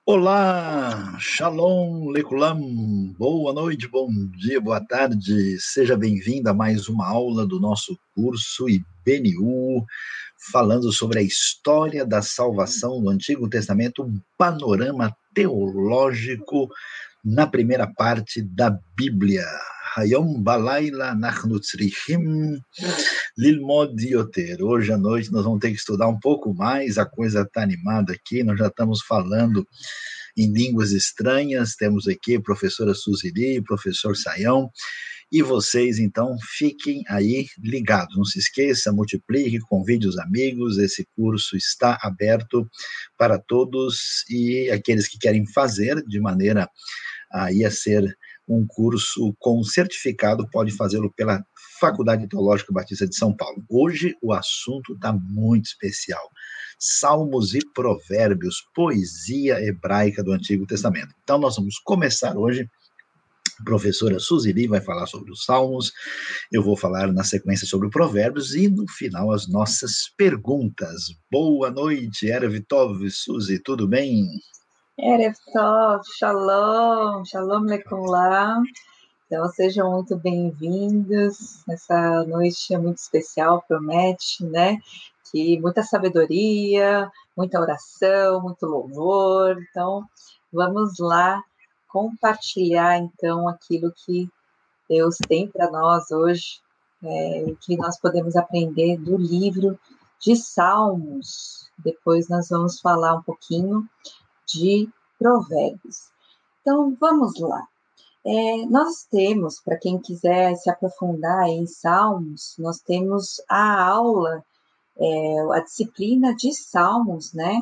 Olá, Shalom, Lekulam, boa noite, bom dia, boa tarde, seja bem-vindo a mais uma aula do nosso curso IBNU, falando sobre a história da salvação do Antigo Testamento, um panorama teológico na primeira parte da Bíblia. Hayom Balayla Nachnu Tzrichim Lilmod Yoter. Hoje à noite nós vamos ter que estudar um pouco mais, a coisa está animada aqui, nós já estamos falando em línguas estranhas, temos aqui a professora Suziri, professor Saião, e vocês, então, fiquem aí ligados. Não se esqueça, multiplique, convide os amigos, esse curso está aberto para todos e aqueles que querem fazer de maneira a ser um curso com certificado, pode fazê-lo pela Faculdade Teológica Batista de São Paulo. Hoje o assunto está muito especial. Salmos e Provérbios, poesia hebraica do Antigo Testamento. Então nós vamos começar hoje. A professora Suziri vai falar sobre os Salmos, eu vou falar na sequência sobre Provérbios e no final as nossas perguntas. Boa noite, Erev Tov, Suzy, tudo bem? Erev Tov, Shalom, Shalom Lekulam. Então sejam muito bem-vindos. Essa noite é muito especial, promete, né? Que muita sabedoria, muita oração, muito louvor. Então vamos lá compartilhar então aquilo que Deus tem para nós hoje, que nós podemos aprender do livro de Salmos. Depois nós vamos falar um pouquinho de Provérbios. Então, vamos lá. Nós temos, para quem quiser se aprofundar em Salmos, nós temos a aula, a disciplina de Salmos, né?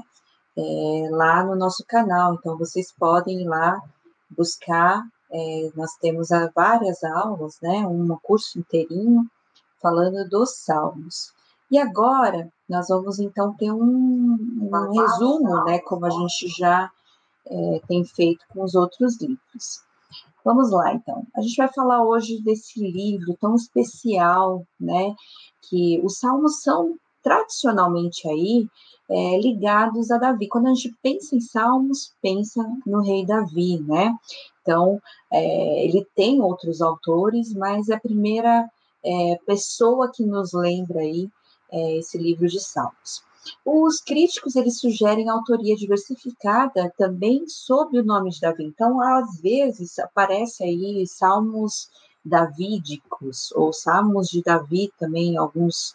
Lá no nosso canal. Então, vocês podem ir lá buscar. Nós temos várias aulas, né? Um curso inteirinho falando dos Salmos. E agora, nós vamos, então, ter um resumo, né? Como a gente já tem feito com os outros livros. Vamos lá, então. A gente vai falar hoje desse livro tão especial, né? Que os Salmos são tradicionalmente aí ligados a Davi. Quando a gente pensa em Salmos, pensa no rei Davi, né? Então, ele tem outros autores, mas a primeira pessoa que nos lembra aí esse livro de Salmos. Os críticos, eles sugerem autoria diversificada também sob o nome de Davi. Então, às vezes, aparece aí salmos davídicos, ou salmos de Davi também, algumas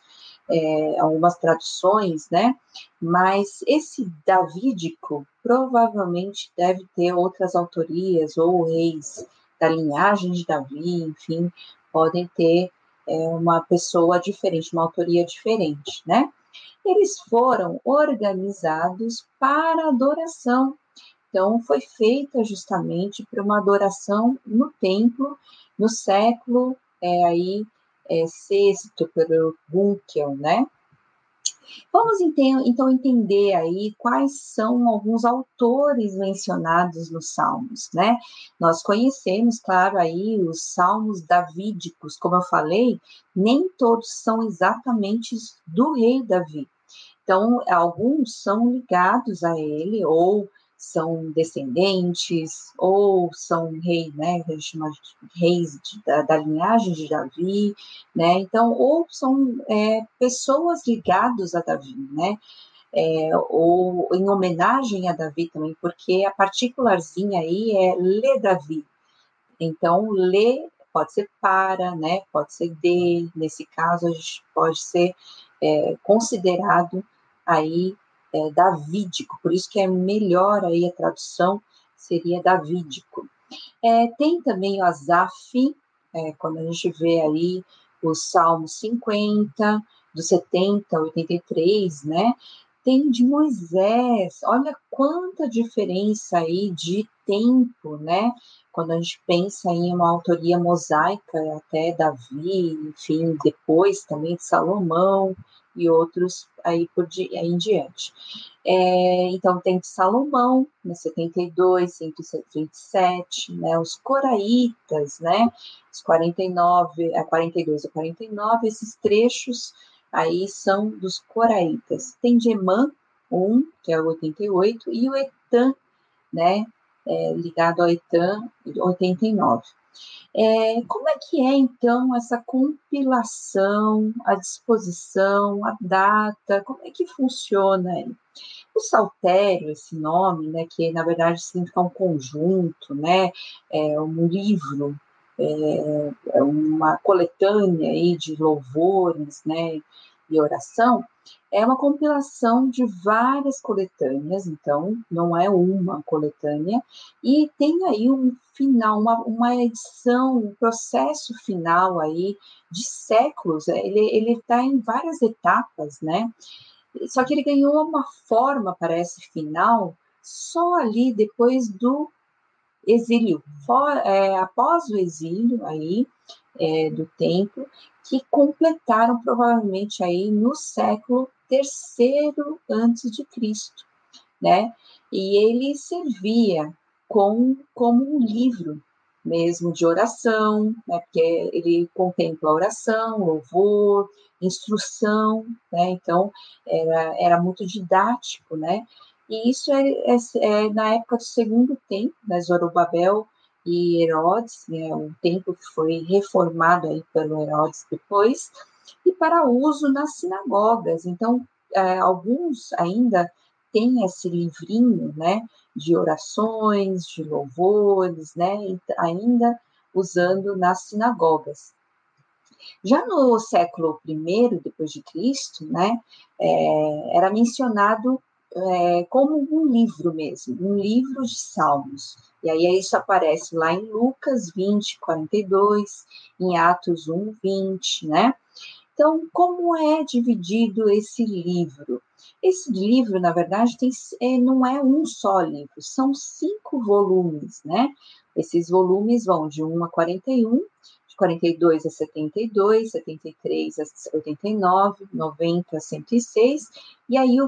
traduções, né? Mas esse davídico provavelmente deve ter outras autorias, ou reis da linhagem de Davi, enfim, podem ter uma pessoa diferente, uma autoria diferente, né? Eles foram organizados para adoração. Então, foi feita justamente para uma adoração no templo, no século sexto, pelo Bunkel, né? Vamos então entender aí quais são alguns autores mencionados nos Salmos, né? Nós conhecemos, claro, aí os Salmos davídicos, como eu falei, nem todos são exatamente do rei Davi. Então, alguns são ligados a ele, ou são descendentes, ou são reis, né, a gente chama de reis da linhagem de Davi, né, então, ou são pessoas ligadas a Davi, né, ou em homenagem a Davi também, porque a particularzinha aí é Le Davi, então, Le pode ser para, né, pode ser de, nesse caso a gente pode ser considerado aí davídico, por isso que é melhor aí a tradução seria davídico. Tem também o Asaf, quando a gente vê aí o Salmo 50, do 70 a 83, né? Tem de Moisés, olha quanta diferença aí de tempo, né? Quando a gente pensa em uma autoria mosaica, até Davi, enfim, depois também de Salomão e outros aí aí em diante. Então, tem de Salomão, né, 72, 127, né, os coraitas, né, os 49, a 42 a 49, esses trechos aí são dos coraitas. Tem de Emã, 1, que é o 88, e o Etan, né, ligado ao ETAM 89. Como é que é, então, essa compilação, a disposição, a data, como é que funciona aí? O saltério, esse nome, né, que na verdade significa um conjunto, né, um livro, uma coletânea aí de louvores, né, e oração, é uma compilação de várias coletâneas, então não é uma coletânea, e tem aí um final, uma edição, um processo final aí de séculos, ele está em várias etapas, né? Só que ele ganhou uma forma para esse final só ali depois do exílio, após o exílio aí do templo, que completaram provavelmente aí no século terceiro antes de Cristo, né? E ele servia como um livro mesmo de oração, né? Porque ele contempla oração, louvor, instrução, né? Então era muito didático, né? E isso é na época do segundo templo, né? Zorobabel e Herodes, né? Um templo que foi reformado aí pelo Herodes depois, e para uso nas sinagogas. Então, alguns ainda têm esse livrinho, né, de orações, de louvores, né, ainda usando nas sinagogas. Já no século I depois de Cristo, né, era mencionado como um livro mesmo, um livro de salmos. E aí isso aparece lá em Lucas 20, 42, em Atos 1, 20, né? Então, como é dividido esse livro? Esse livro, na verdade, não é um só livro, são 5 volumes, né? Esses volumes vão de 1 a 41, de 42 a 72, 73 a 89, 90 a 106, e aí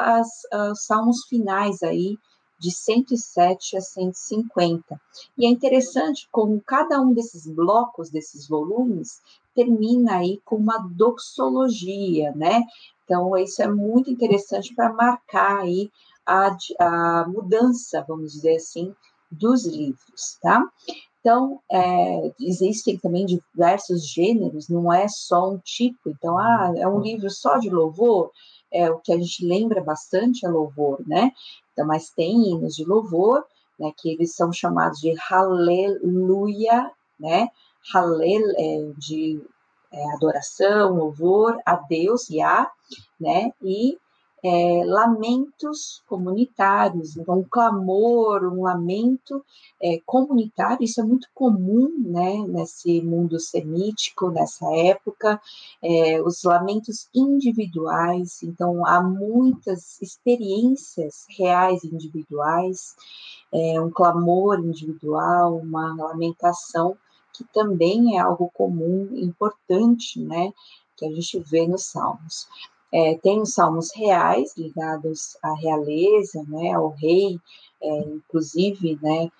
os salmos finais aí de 107 a 150. E é interessante como cada um desses blocos, desses volumes, termina aí com uma doxologia, né? Então, isso é muito interessante para marcar aí a mudança, vamos dizer assim, dos livros, tá? Então, existem também diversos gêneros, não é só um tipo. Então, é um livro só de louvor, o que a gente lembra bastante é louvor, né? Então, mas tem hinos de louvor, né, que eles são chamados de Haleluia, né? De adoração, louvor a Deus, Yah, né? E lamentos comunitários, então um clamor, um lamento comunitário, isso é muito comum, né, nesse mundo semítico, nessa época, os lamentos individuais, então há muitas experiências reais individuais, um clamor individual, uma lamentação, que também é algo comum, importante, né, que a gente vê nos salmos. Tem os salmos reais, ligados à realeza, né, ao rei, inclusive, né,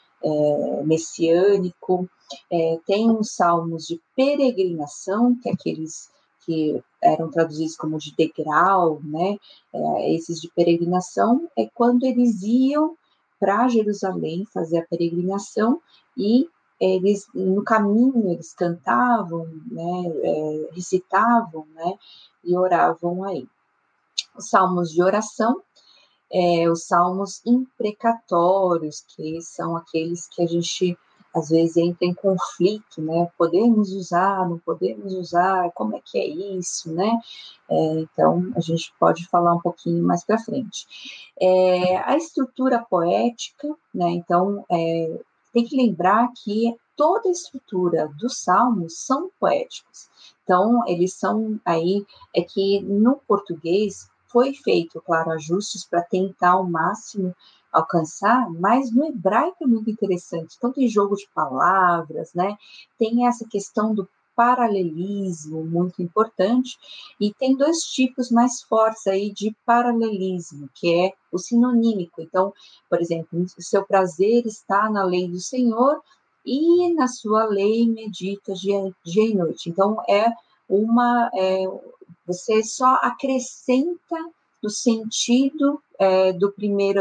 messiânico. Tem os salmos de peregrinação, que é aqueles que eram traduzidos como de degrau, né, esses de peregrinação é quando eles iam para Jerusalém fazer a peregrinação e eles no caminho eles cantavam, né, recitavam, né, e oravam aí. Os salmos de oração, os salmos imprecatórios, que são aqueles que a gente às vezes entra em conflito, né? Podemos usar, não podemos usar, como é que é isso, né? Então, a gente pode falar um pouquinho mais para frente. A estrutura poética, né? Então, tem que lembrar que toda a estrutura dos salmos são poéticos. Então, eles são aí, é que no português foi feito, claro, ajustes para tentar ao máximo alcançar, mas no hebraico é muito interessante. Então, tem jogo de palavras, né? Tem essa questão do paralelismo muito importante, e tem 2 tipos mais fortes aí de paralelismo, que é o sinonímico. Então, por exemplo, o seu prazer está na lei do Senhor e na sua lei medita dia e noite. Então, você só acrescenta do sentido do primeiro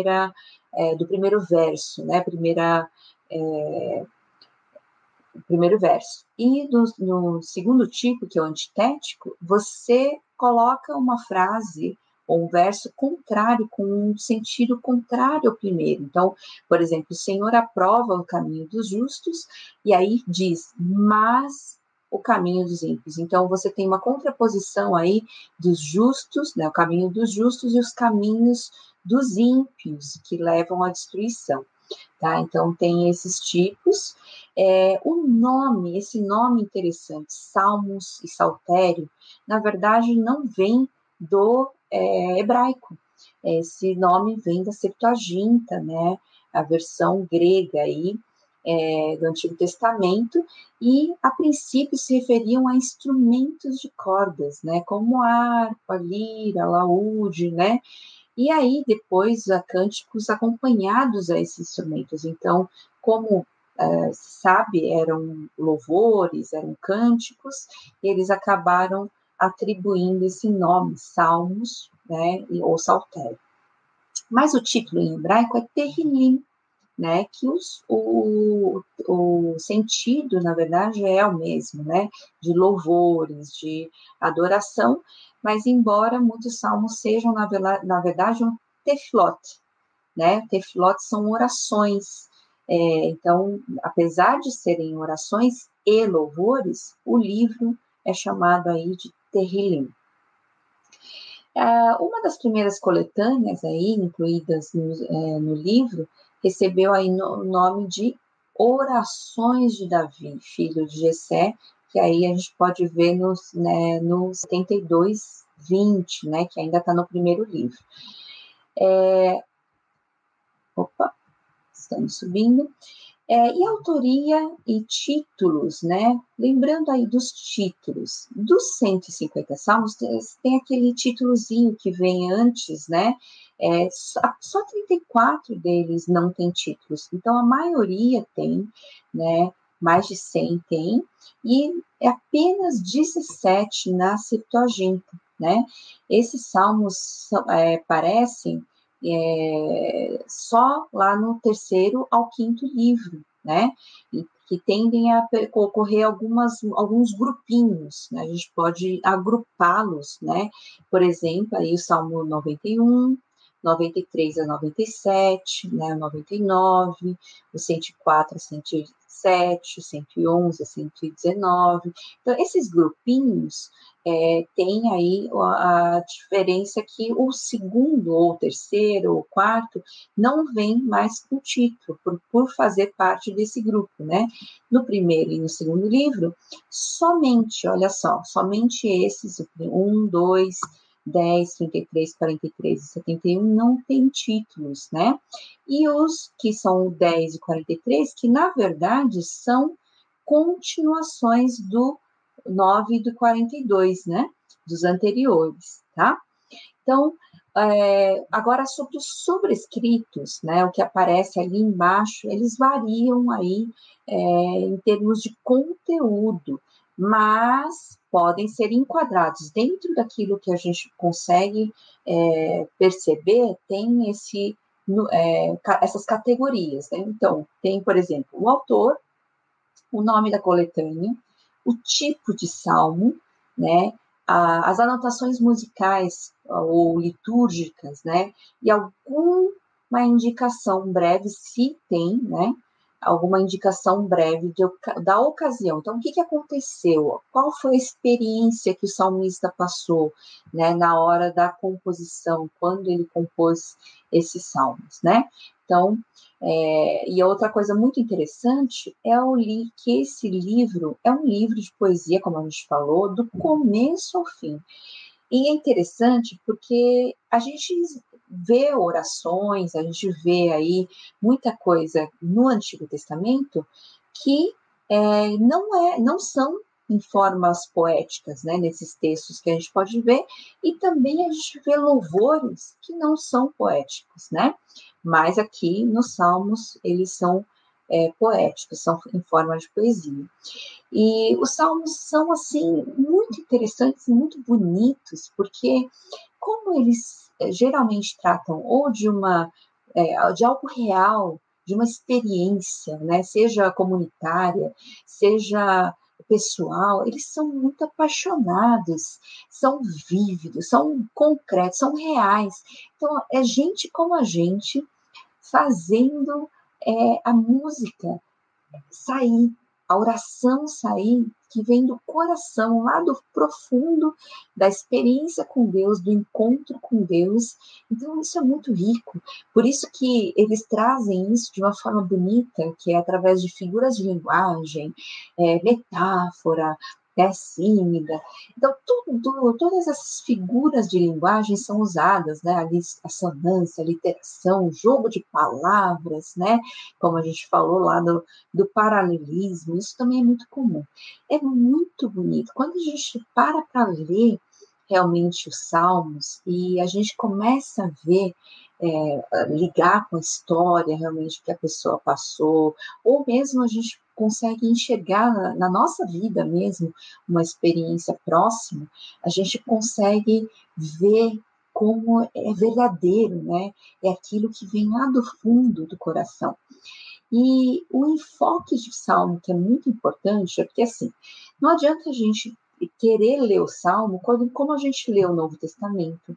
verso, né? O primeiro verso. E no segundo tipo, que é o antitético, você coloca uma frase ou um verso contrário, com um sentido contrário ao primeiro. Então, por exemplo, o Senhor aprova o caminho dos justos, e aí diz, mas o caminho dos ímpios. Então, você tem uma contraposição aí dos justos, né, o caminho dos justos e os caminhos dos ímpios, que levam à destruição. Tá? Então, tem esses tipos. Esse nome interessante, Salmos e Saltério, na verdade, não vem do hebraico. Esse nome vem da Septuaginta, né? A versão grega aí, do Antigo Testamento, e a princípio se referiam a instrumentos de cordas, né? Como harpa, lira, laúde, né? E aí, depois, cânticos acompanhados a esses instrumentos. Então, como se sabe, eram louvores, eram cânticos, e eles acabaram atribuindo esse nome, salmos, né, ou saltério. Mas o título em hebraico é Terrilim, né, que o sentido, na verdade, é o mesmo, né, de louvores, de adoração, mas embora muitos salmos sejam, na verdade, um tefilot, né, tefilot são orações, então, apesar de serem orações e louvores, o livro é chamado aí de Terrilim. Uma das primeiras coletâneas aí, incluídas no livro, recebeu aí o nome de Orações de Davi, filho de Jessé, que aí a gente pode ver no 72:20, né, que ainda está no primeiro livro. Estamos subindo. E autoria e títulos, né? Lembrando aí dos títulos, dos 150 salmos, tem aquele títulozinho que vem antes, né? Só 34 deles não tem títulos, então a maioria tem, né? Mais de 100 tem, e é apenas 17 na Septuaginta, né? Esses salmos parecem só lá no 3º ao 5º livro, né? E que tendem a ocorrer alguns grupinhos, né? A gente pode agrupá-los, né? Por exemplo, aí o Salmo 91, 93 a 97, né? O 99, o 104 a 107, o 111 a 119. Então, esses grupinhos tem aí a diferença que o segundo, ou o terceiro, ou o quarto, não vem mais com título, por fazer parte desse grupo, né? No primeiro e no segundo livro, olha só, somente esses, 1, 2, 10, 33, 43 e 71 não tem títulos, né? E os que são o 10 e 43, que na verdade são continuações do 9 e do 42, né? Dos anteriores, tá? Então, agora sobre os sobrescritos, né? O que aparece ali embaixo, eles variam aí em termos de conteúdo, mas podem ser enquadrados dentro daquilo que a gente consegue perceber, tem essas categorias, né? Então, tem, por exemplo, o autor, o nome da coletânea, o tipo de salmo, né, as anotações musicais ou litúrgicas, né, e alguma indicação breve, se tem, né, alguma indicação breve da ocasião. Então, o que aconteceu? Qual foi a experiência que o salmista passou, né, na hora da composição, quando ele compôs esses salmos, né? Então, e outra coisa muito interessante que esse livro é um livro de poesia, como a gente falou, do começo ao fim. E é interessante porque a gente vê orações, a gente vê aí muita coisa no Antigo Testamento que não são em formas poéticas, né, nesses textos que a gente pode ver, e também a gente vê louvores que não são poéticos, né? Mas aqui nos Salmos eles são poéticos, são em forma de poesia. E os Salmos são, assim, muito interessantes, muito bonitos, porque como eles geralmente tratam ou de algo real, de uma experiência, né, seja comunitária, seja pessoal, eles são muito apaixonados, são vívidos, são concretos, são reais. Então, é gente como a gente fazendo a música sair, a oração sair, que vem do coração, lá do profundo da experiência com Deus, do encontro com Deus. Então, isso é muito rico. Por isso que eles trazem isso de uma forma bonita, que é através de figuras de linguagem, metáfora, símile. Então, todas essas figuras de linguagem são usadas, né? A assonância, a literação, jogo de palavras, né? Como a gente falou lá do paralelismo, isso também é muito comum. É muito bonito. Quando a gente para ler realmente os salmos e a gente começa a ver, ligar com a história realmente que a pessoa passou, ou mesmo a gente consegue enxergar na nossa vida mesmo uma experiência próxima, a gente consegue ver como é verdadeiro, né? É aquilo que vem lá do fundo do coração. E o enfoque de Salmo, que é muito importante, é porque, assim, não adianta a gente querer ler o Salmo como a gente lê o Novo Testamento.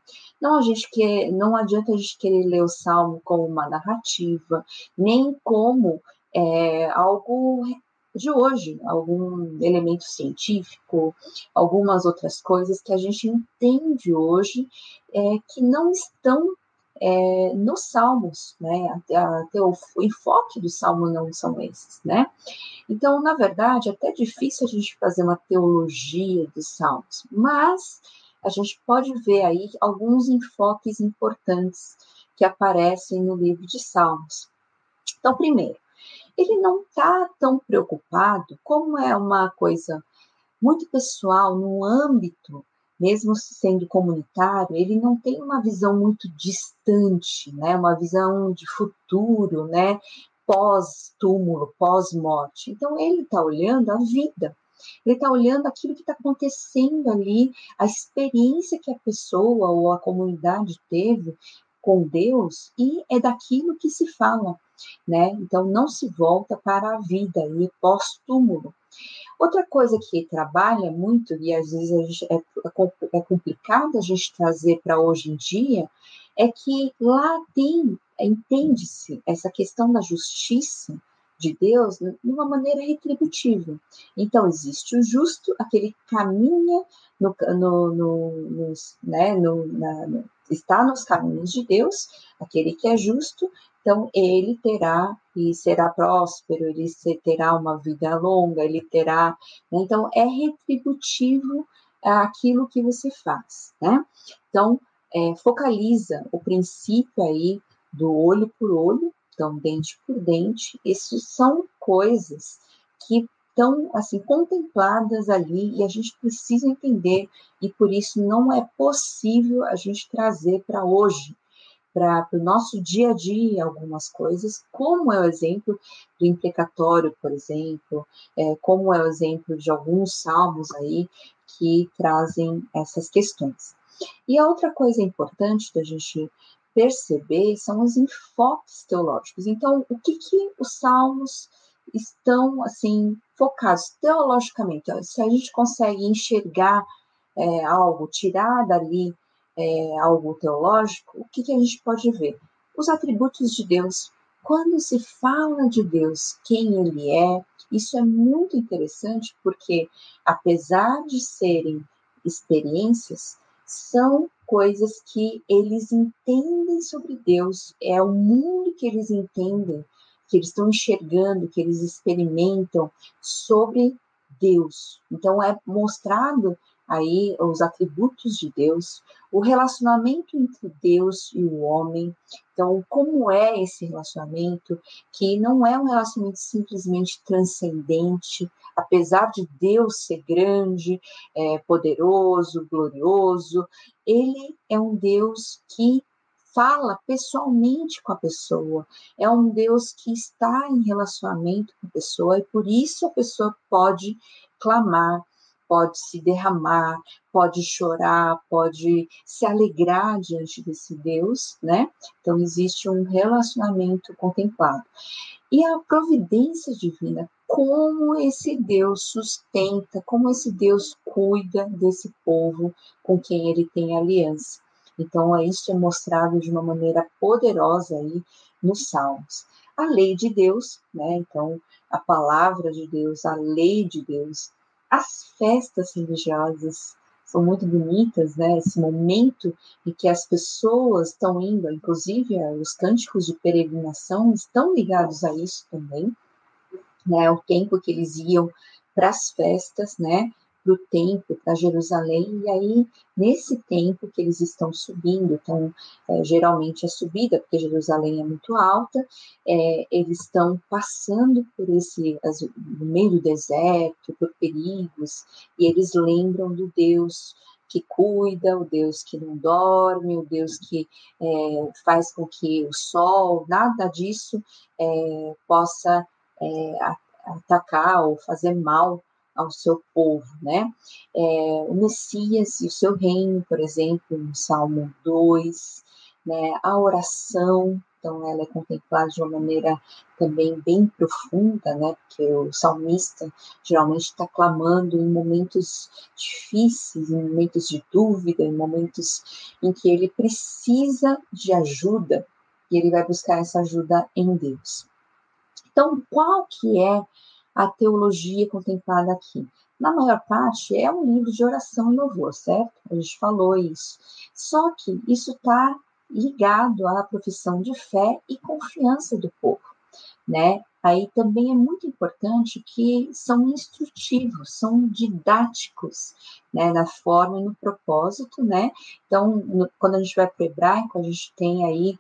Não adianta a gente querer ler o Salmo como uma narrativa, nem como algo de hoje, algum elemento científico, algumas outras coisas que a gente entende hoje que não estão nos salmos, né? Até o enfoque do salmo não são esses, né? Então, na verdade, é até difícil a gente fazer uma teologia dos salmos, mas a gente pode ver aí alguns enfoques importantes que aparecem no livro de Salmos. Então, primeiro, ele não está tão preocupado, como é uma coisa muito pessoal, no âmbito, mesmo sendo comunitário, ele não tem uma visão muito distante, né? Uma visão de futuro, né? Pós-túmulo, pós-morte. Então, ele está olhando a vida, ele está olhando aquilo que está acontecendo ali, a experiência que a pessoa ou a comunidade teve com Deus, e é daquilo que se fala, né? Então, não se volta para a vida e pós-túmulo. Outra coisa que trabalha muito, e às vezes é complicado a gente trazer para hoje em dia, é que lá entende-se essa questão da justiça de Deus de uma maneira retributiva. Então, existe o justo, aquele que caminha está nos caminhos de Deus, aquele que é justo, então ele terá e será próspero, ele terá uma vida longa, ele terá. Então, é retributivo aquilo que você faz, né? Então, focaliza o princípio aí do olho por olho, então, dente por dente. Isso são coisas que estão, assim, contempladas ali e a gente precisa entender, e por isso não é possível a gente trazer para hoje, para o nosso dia a dia algumas coisas, como é o exemplo do imprecatório, por exemplo, como é o exemplo de alguns salmos aí que trazem essas questões. E a outra coisa importante da gente perceber são os enfoques teológicos. Então, o que os salmos estão, assim, focados teologicamente? Se a gente consegue enxergar algo, tirar dali algo teológico, o que a gente pode ver? Os atributos de Deus. Quando se fala de Deus, quem Ele é, isso é muito interessante, porque apesar de serem experiências, são coisas que eles entendem sobre Deus, é o mundo que eles entendem, que eles estão enxergando, que eles experimentam sobre Deus. Então é mostrado aí os atributos de Deus, o relacionamento entre Deus e o homem. Então, como é esse relacionamento, que não é um relacionamento simplesmente transcendente, apesar de Deus ser grande, poderoso, glorioso, ele é um Deus que fala pessoalmente com a pessoa, é um Deus que está em relacionamento com a pessoa, e por isso a pessoa pode clamar, pode se derramar, pode chorar, pode se alegrar diante desse Deus, né? Então, existe um relacionamento contemplado. E a providência divina, como esse Deus sustenta, como esse Deus cuida desse povo com quem ele tem aliança. Então, isso é mostrado de uma maneira poderosa aí nos Salmos. A lei de Deus, né? Então, a palavra de Deus, a lei de Deus, as festas religiosas são muito bonitas, né? Esse momento em que as pessoas estão indo, inclusive os cânticos de peregrinação estão ligados a isso também, né? O tempo que eles iam para as festas, né? Para o templo, para Jerusalém, e aí, nesse tempo que eles estão subindo, então, geralmente é subida, porque Jerusalém é muito alta, eles estão passando por no meio do deserto, por perigos, e eles lembram do Deus que cuida, o Deus que não dorme, o Deus que faz com que o sol, nada disso possa atacar ou fazer mal ao seu povo, né? O Messias e o seu reino, por exemplo, no Salmo 2, né? A oração, então ela é contemplada de uma maneira também bem profunda, né? Porque o salmista geralmente está clamando em momentos difíceis, em momentos de dúvida, em momentos em que ele precisa de ajuda, e ele vai buscar essa ajuda em Deus. Então, qual que é a teologia contemplada aqui? Na maior parte, é um livro de oração e louvor, certo? A gente falou isso. Só que isso está ligado à profissão de fé e confiança do povo, né? Aí também é muito importante que são instrutivos, são didáticos, né? Na forma e no propósito, né? Então, quando a gente vai para o hebraico, a gente tem aí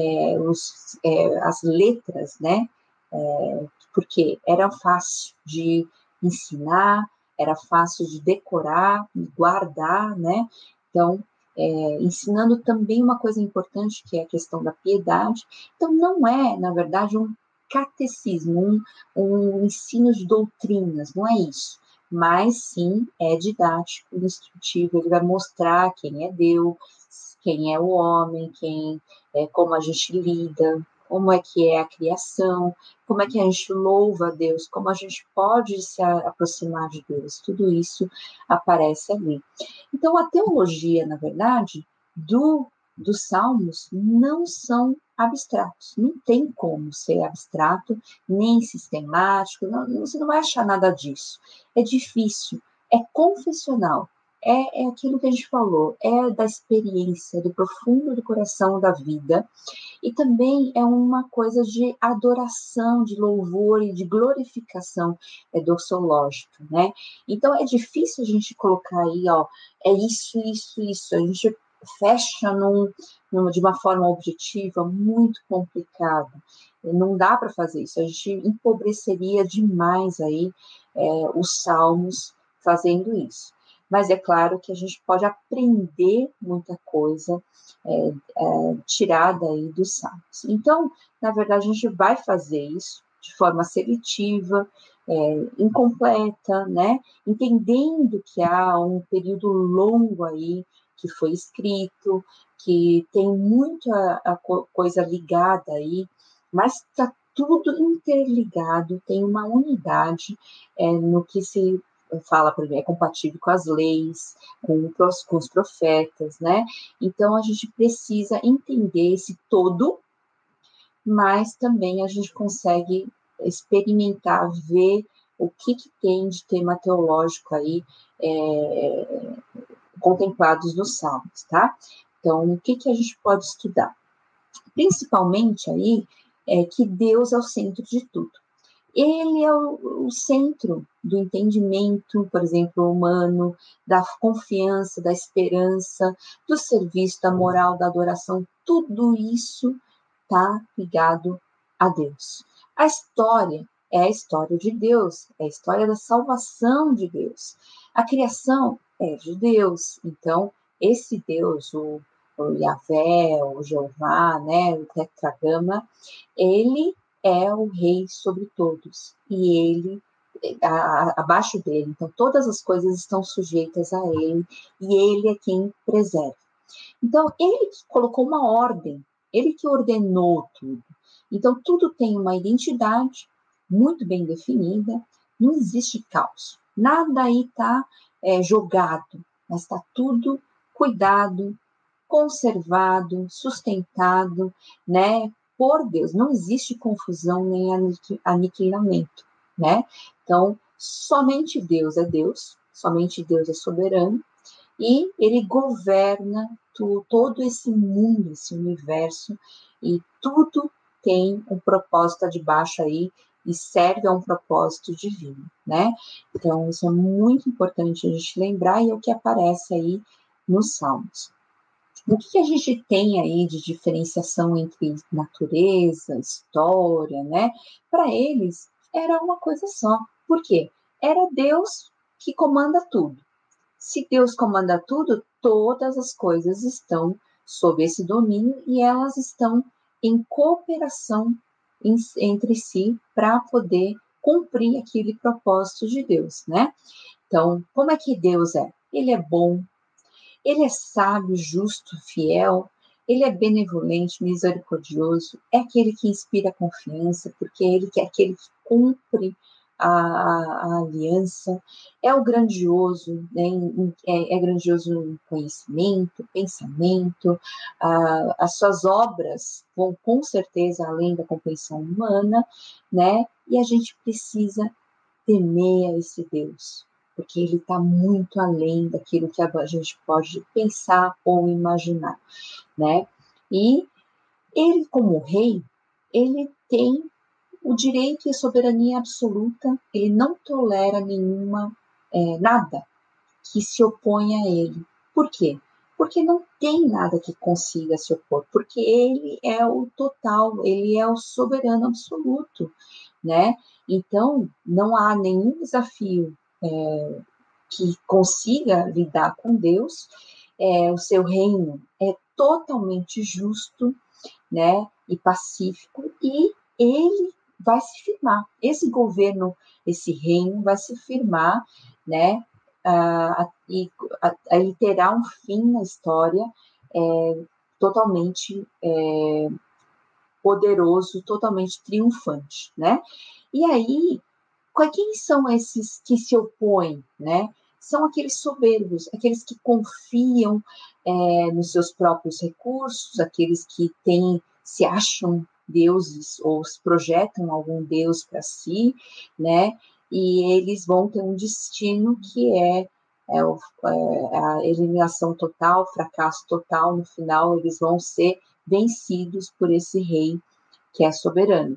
as letras, né? Porque era fácil de ensinar, era fácil de decorar, guardar, né? Então, ensinando também uma coisa importante, que é a questão da piedade. Então, não é, na verdade, um catecismo, um ensino de doutrinas, não é isso. Mas, sim, é didático, instrutivo, ele vai mostrar quem é Deus, quem é o homem, como a gente lida, como é que é a criação, como é que a gente louva a Deus, como a gente pode se aproximar de Deus, tudo isso aparece ali. Então, a teologia, na verdade, dos Salmos não são abstratos, não tem como ser abstrato, nem sistemático, você não vai achar nada disso. É difícil, é confessional, é aquilo que a gente falou, é da experiência, do profundo do coração da vida, e também é uma coisa de adoração, de louvor e de glorificação doxológica, né? Então é difícil a gente colocar aí, ó, é isso, isso, isso. A gente fecha de uma forma objetiva muito complicada. Não dá para fazer isso. A gente empobreceria demais aí os salmos fazendo isso. Mas é claro que a gente pode aprender muita coisa tirada aí dos salmos. Então, na verdade, a gente vai fazer isso de forma seletiva, incompleta, né? Entendendo que há um período longo aí que foi escrito, que tem muita coisa ligada aí, mas está tudo interligado, tem uma unidade no que se fala, por exemplo, é compatível com as leis, com os profetas, né? Então, a gente precisa entender esse todo, mas também a gente consegue experimentar, ver o que tem de tema teológico aí contemplados nos Salmos, tá? Então, o que a gente pode estudar? Principalmente aí, que Deus é o centro de tudo. Ele é o centro do entendimento, por exemplo, humano, da confiança, da esperança, do serviço, da moral, da adoração, tudo isso está ligado a Deus. A história é a história de Deus, é a história da salvação de Deus. A criação é de Deus, então esse Deus, o Yahvé, o Jeová, né, o Tetragama, ele é o rei sobre todos, e ele abaixo dele. Então, todas as coisas estão sujeitas a ele, e ele é quem preserva. Então, ele que colocou uma ordem, ele que ordenou tudo. Então, tudo tem uma identidade muito bem definida, não existe caos. Nada aí está jogado, mas está tudo cuidado, conservado, sustentado, né, por Deus. Não existe confusão nem aniquilamento, né? Então, somente Deus é Deus, somente Deus é soberano, e ele governa todo esse mundo, esse universo, e tudo tem um propósito debaixo aí, e serve a um propósito divino, né? Então, isso é muito importante a gente lembrar, e é o que aparece aí nos Salmos. O que a gente tem aí de diferenciação entre natureza, história, né? Para eles, era uma coisa só. Por quê? Era Deus que comanda tudo. Se Deus comanda tudo, todas as coisas estão sob esse domínio e elas estão em cooperação entre si para poder cumprir aquele propósito de Deus, né? Então, como é que Deus é? Ele é bom, ele é sábio, justo, fiel, ele é benevolente, misericordioso, é aquele que inspira confiança, porque ele é aquele que cumpre a aliança, é o grandioso, né, é grandioso em conhecimento, pensamento, as suas obras vão com certeza além da compreensão humana, né, e a gente precisa temer a esse Deus, porque ele está muito além daquilo que a gente pode pensar ou imaginar, né? E ele, como rei, ele tem o direito e a soberania absoluta, ele não tolera nada que se oponha a ele. Por quê? Porque não tem nada que consiga se opor, porque ele é o total, ele é o soberano absoluto, né? Então, não há nenhum desafio que consiga lidar com Deus, o seu reino é totalmente justo, né, e pacífico, e ele vai se firmar. Esse governo, esse reino vai se firmar, né, e ele terá um fim na história totalmente poderoso, totalmente triunfante, né? E aí, quem são esses que se opõem, né? São aqueles soberbos, aqueles que confiam nos seus próprios recursos, aqueles que se acham deuses ou se projetam algum deus para si, né? E eles vão ter um destino que é a eliminação total, fracasso total. No final, eles vão ser vencidos por esse rei que é soberano.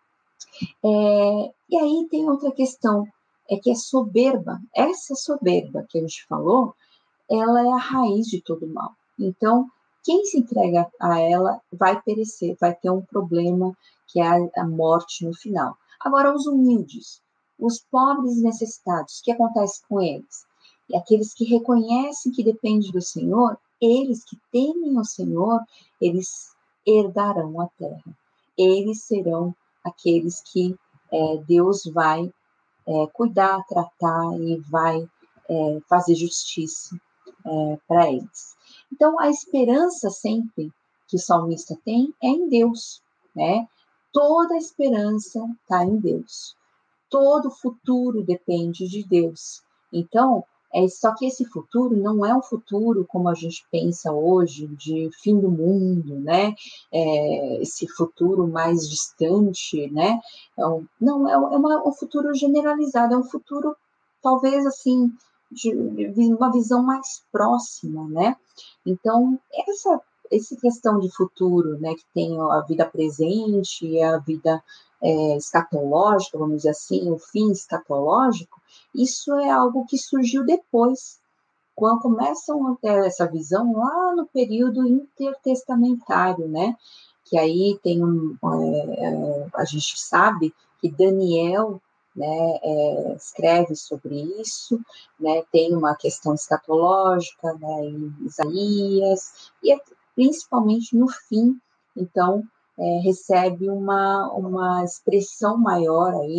E aí tem outra questão, é que a soberba, essa soberba que a gente falou, ela é a raiz de todo mal. Então, quem se entrega a ela vai perecer, vai ter um problema que é a morte no final. Agora, os humildes, os pobres e necessitados, o que acontece com eles? E aqueles que reconhecem que dependem do Senhor, eles que temem o Senhor, eles herdarão a terra. Eles serão aqueles que Deus vai cuidar, tratar e vai fazer justiça para eles. Então, a esperança sempre que o salmista tem é em Deus, né? Toda a esperança está em Deus. Todo futuro depende de Deus. Então, só que esse futuro não é um futuro como a gente pensa hoje, de fim do mundo, né? Esse futuro mais distante, né? Não, é um futuro generalizado, é um futuro, talvez, assim, de uma visão mais próxima, né? Então, essa questão de futuro, né, que tem a vida presente e a vida escatológica, vamos dizer assim, o fim escatológico, isso é algo que surgiu depois, quando começam a ter essa visão lá no período intertestamentário, né? Que aí tem a gente sabe que Daniel, né, escreve sobre isso, né? Tem uma questão escatológica, né, em Isaías, e principalmente no fim, então, recebe uma expressão maior aí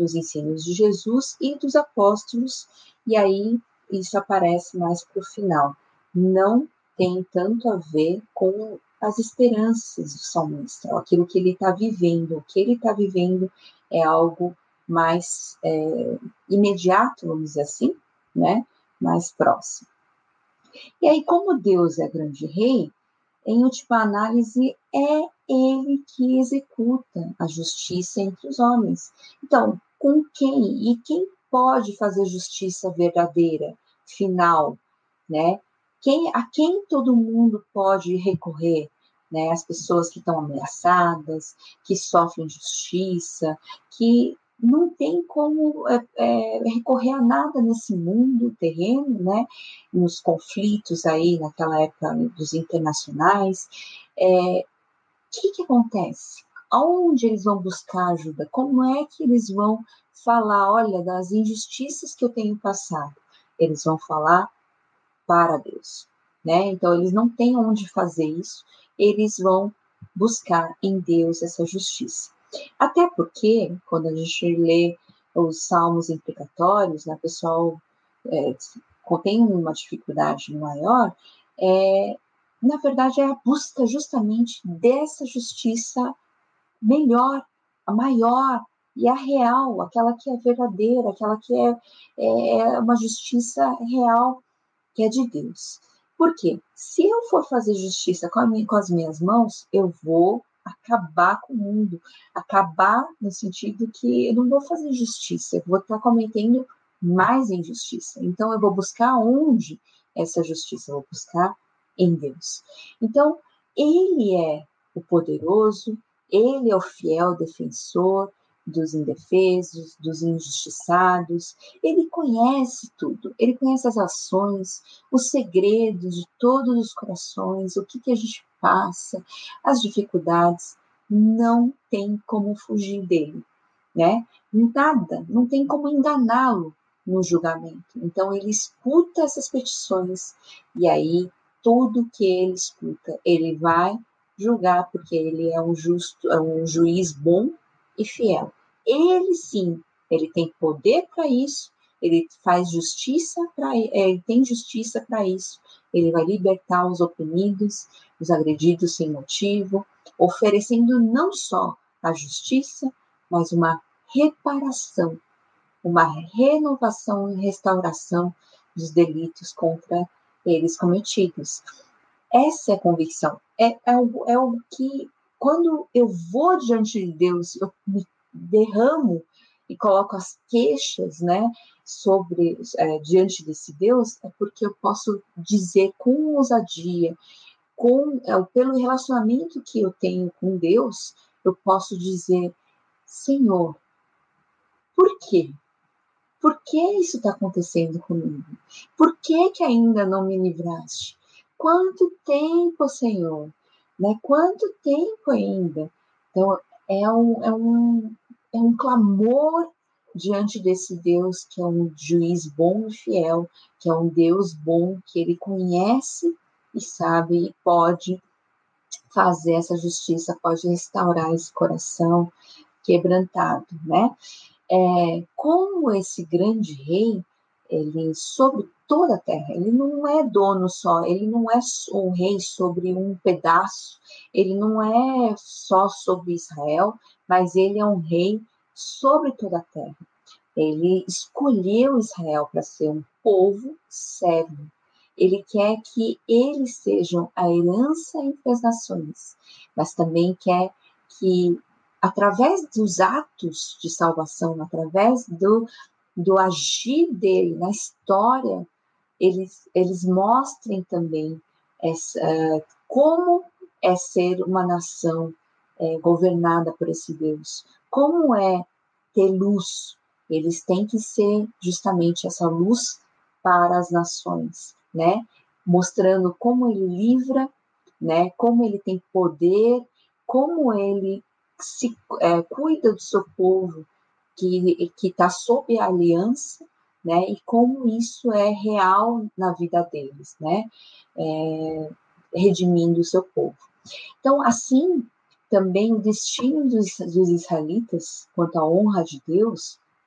dos ensinos de Jesus e dos apóstolos, e aí isso aparece mais para o final. Não tem tanto a ver com as esperanças do salmista, aquilo que ele está vivendo. O que ele está vivendo é algo mais imediato, vamos dizer assim, né? Mais próximo. E aí, como Deus é grande rei, em última análise, é ele que executa a justiça entre os homens. Então, com quem? E quem pode fazer justiça verdadeira, final, né? A quem todo mundo pode recorrer? Né? As pessoas que estão ameaçadas, que sofrem injustiça, que não tem como recorrer a nada nesse mundo terreno, né? Nos conflitos aí, naquela época dos internacionais. O que acontece? Aonde eles vão buscar ajuda? Como é que eles vão falar, olha, das injustiças que eu tenho passado? Eles vão falar para Deus, né? Então, eles não têm onde fazer isso, eles vão buscar em Deus essa justiça. Até porque, quando a gente lê os salmos imprecatórios, né, o pessoal tem uma dificuldade maior, na verdade é a busca justamente dessa justiça melhor, a maior e a real, aquela que é verdadeira, aquela que é uma justiça real, que é de Deus. Por quê? Se eu for fazer justiça com as minhas mãos, eu vou acabar com o mundo. Acabar no sentido que eu não vou fazer justiça, eu vou estar cometendo mais injustiça. Então, eu vou buscar onde essa justiça? Eu vou buscar em Deus. Então, Ele é o poderoso, Ele é o fiel defensor dos indefesos, dos injustiçados. Ele conhece tudo, ele conhece as ações, os segredos de todos os corações, o que a gente passa, as dificuldades. Não tem como fugir dele, né? Nada, não tem como enganá-lo no julgamento. Então ele escuta essas petições e aí tudo que ele escuta, ele vai julgar, porque ele é um juiz bom e fiel. Ele sim, ele tem poder para isso, ele faz justiça ele tem justiça para isso. Ele vai libertar os oprimidos, os agredidos sem motivo, oferecendo não só a justiça, mas uma reparação, uma renovação e restauração dos delitos contra eles cometidos. Essa é a convicção. É o que, quando eu vou diante de Deus, eu me derramo e coloco as queixas, né, diante desse Deus, é porque eu posso dizer com ousadia, pelo relacionamento que eu tenho com Deus, eu posso dizer, Senhor, por quê? Por que isso está acontecendo comigo? Por que ainda não me livraste? Quanto tempo, Senhor? Né? Quanto tempo ainda? Então, é um clamor diante desse Deus que é um juiz bom e fiel, que é um Deus bom, que ele conhece e sabe e pode fazer essa justiça, pode restaurar esse coração quebrantado, né? Como esse grande rei, ele sobre toda a terra, ele não é dono só, ele não é um rei sobre um pedaço, ele não é só sobre Israel, mas ele é um rei sobre toda a terra. Ele escolheu Israel para ser um povo servo. Ele quer que eles sejam a herança entre as nações, mas também quer que, através dos atos de salvação, através do agir dele na história, eles mostrem também como é ser uma nação governada por esse Deus, como é ter luz. Eles têm que ser justamente essa luz para as nações, né? Mostrando como ele livra, né? Como ele tem poder, como ele cuida do seu povo que está sob a aliança, né? E como isso é real na vida deles, né? Redimindo o seu povo. Então, assim, também o destino dos israelitas quanto à honra de Deus,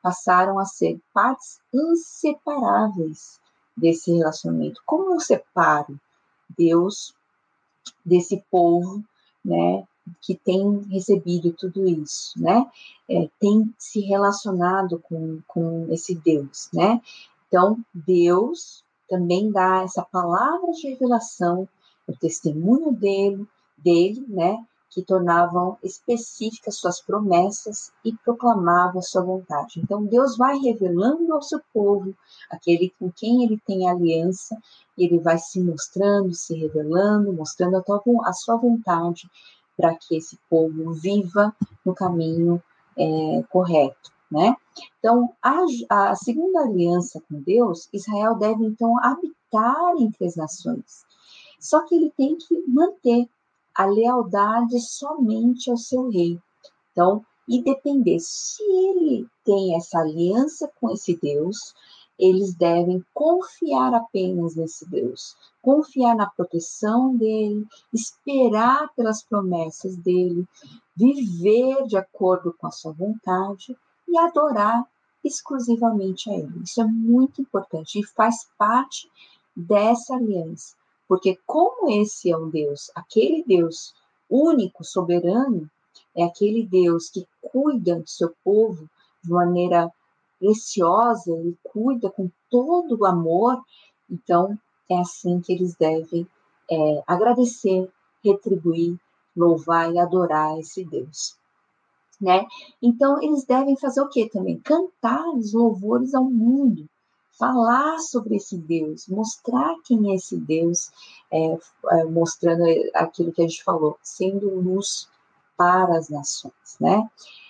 passaram a ser partes inseparáveis desse relacionamento. Como eu separo Deus desse povo, né, que tem recebido tudo isso, né, tem se relacionado com esse Deus, né? Então, Deus também dá essa palavra de revelação, o testemunho dele, né, que tornavam específicas suas promessas e proclamava sua vontade. Então, Deus vai revelando ao seu povo, aquele com quem ele tem aliança, e ele vai se mostrando, se revelando, mostrando a sua vontade para que esse povo viva no caminho correto, né? Então, a segunda aliança com Deus, Israel deve, então, habitar entre as nações. Só que ele tem que manter a lealdade somente ao seu rei. Então, e depender, se ele tem essa aliança com esse Deus, eles devem confiar apenas nesse Deus, confiar na proteção dele, esperar pelas promessas dele, viver de acordo com a sua vontade e adorar exclusivamente a ele. Isso é muito importante e faz parte dessa aliança, porque como esse é um Deus, aquele Deus único, soberano, é aquele Deus que cuida do seu povo de maneira preciosa, ele cuida com todo o amor, então é assim que eles devem agradecer, retribuir, louvar e adorar esse Deus, né? Então eles devem fazer o quê também? Cantar os louvores ao mundo, falar sobre esse Deus, mostrar quem é esse Deus, mostrando aquilo que a gente falou, sendo luz para as nações, né?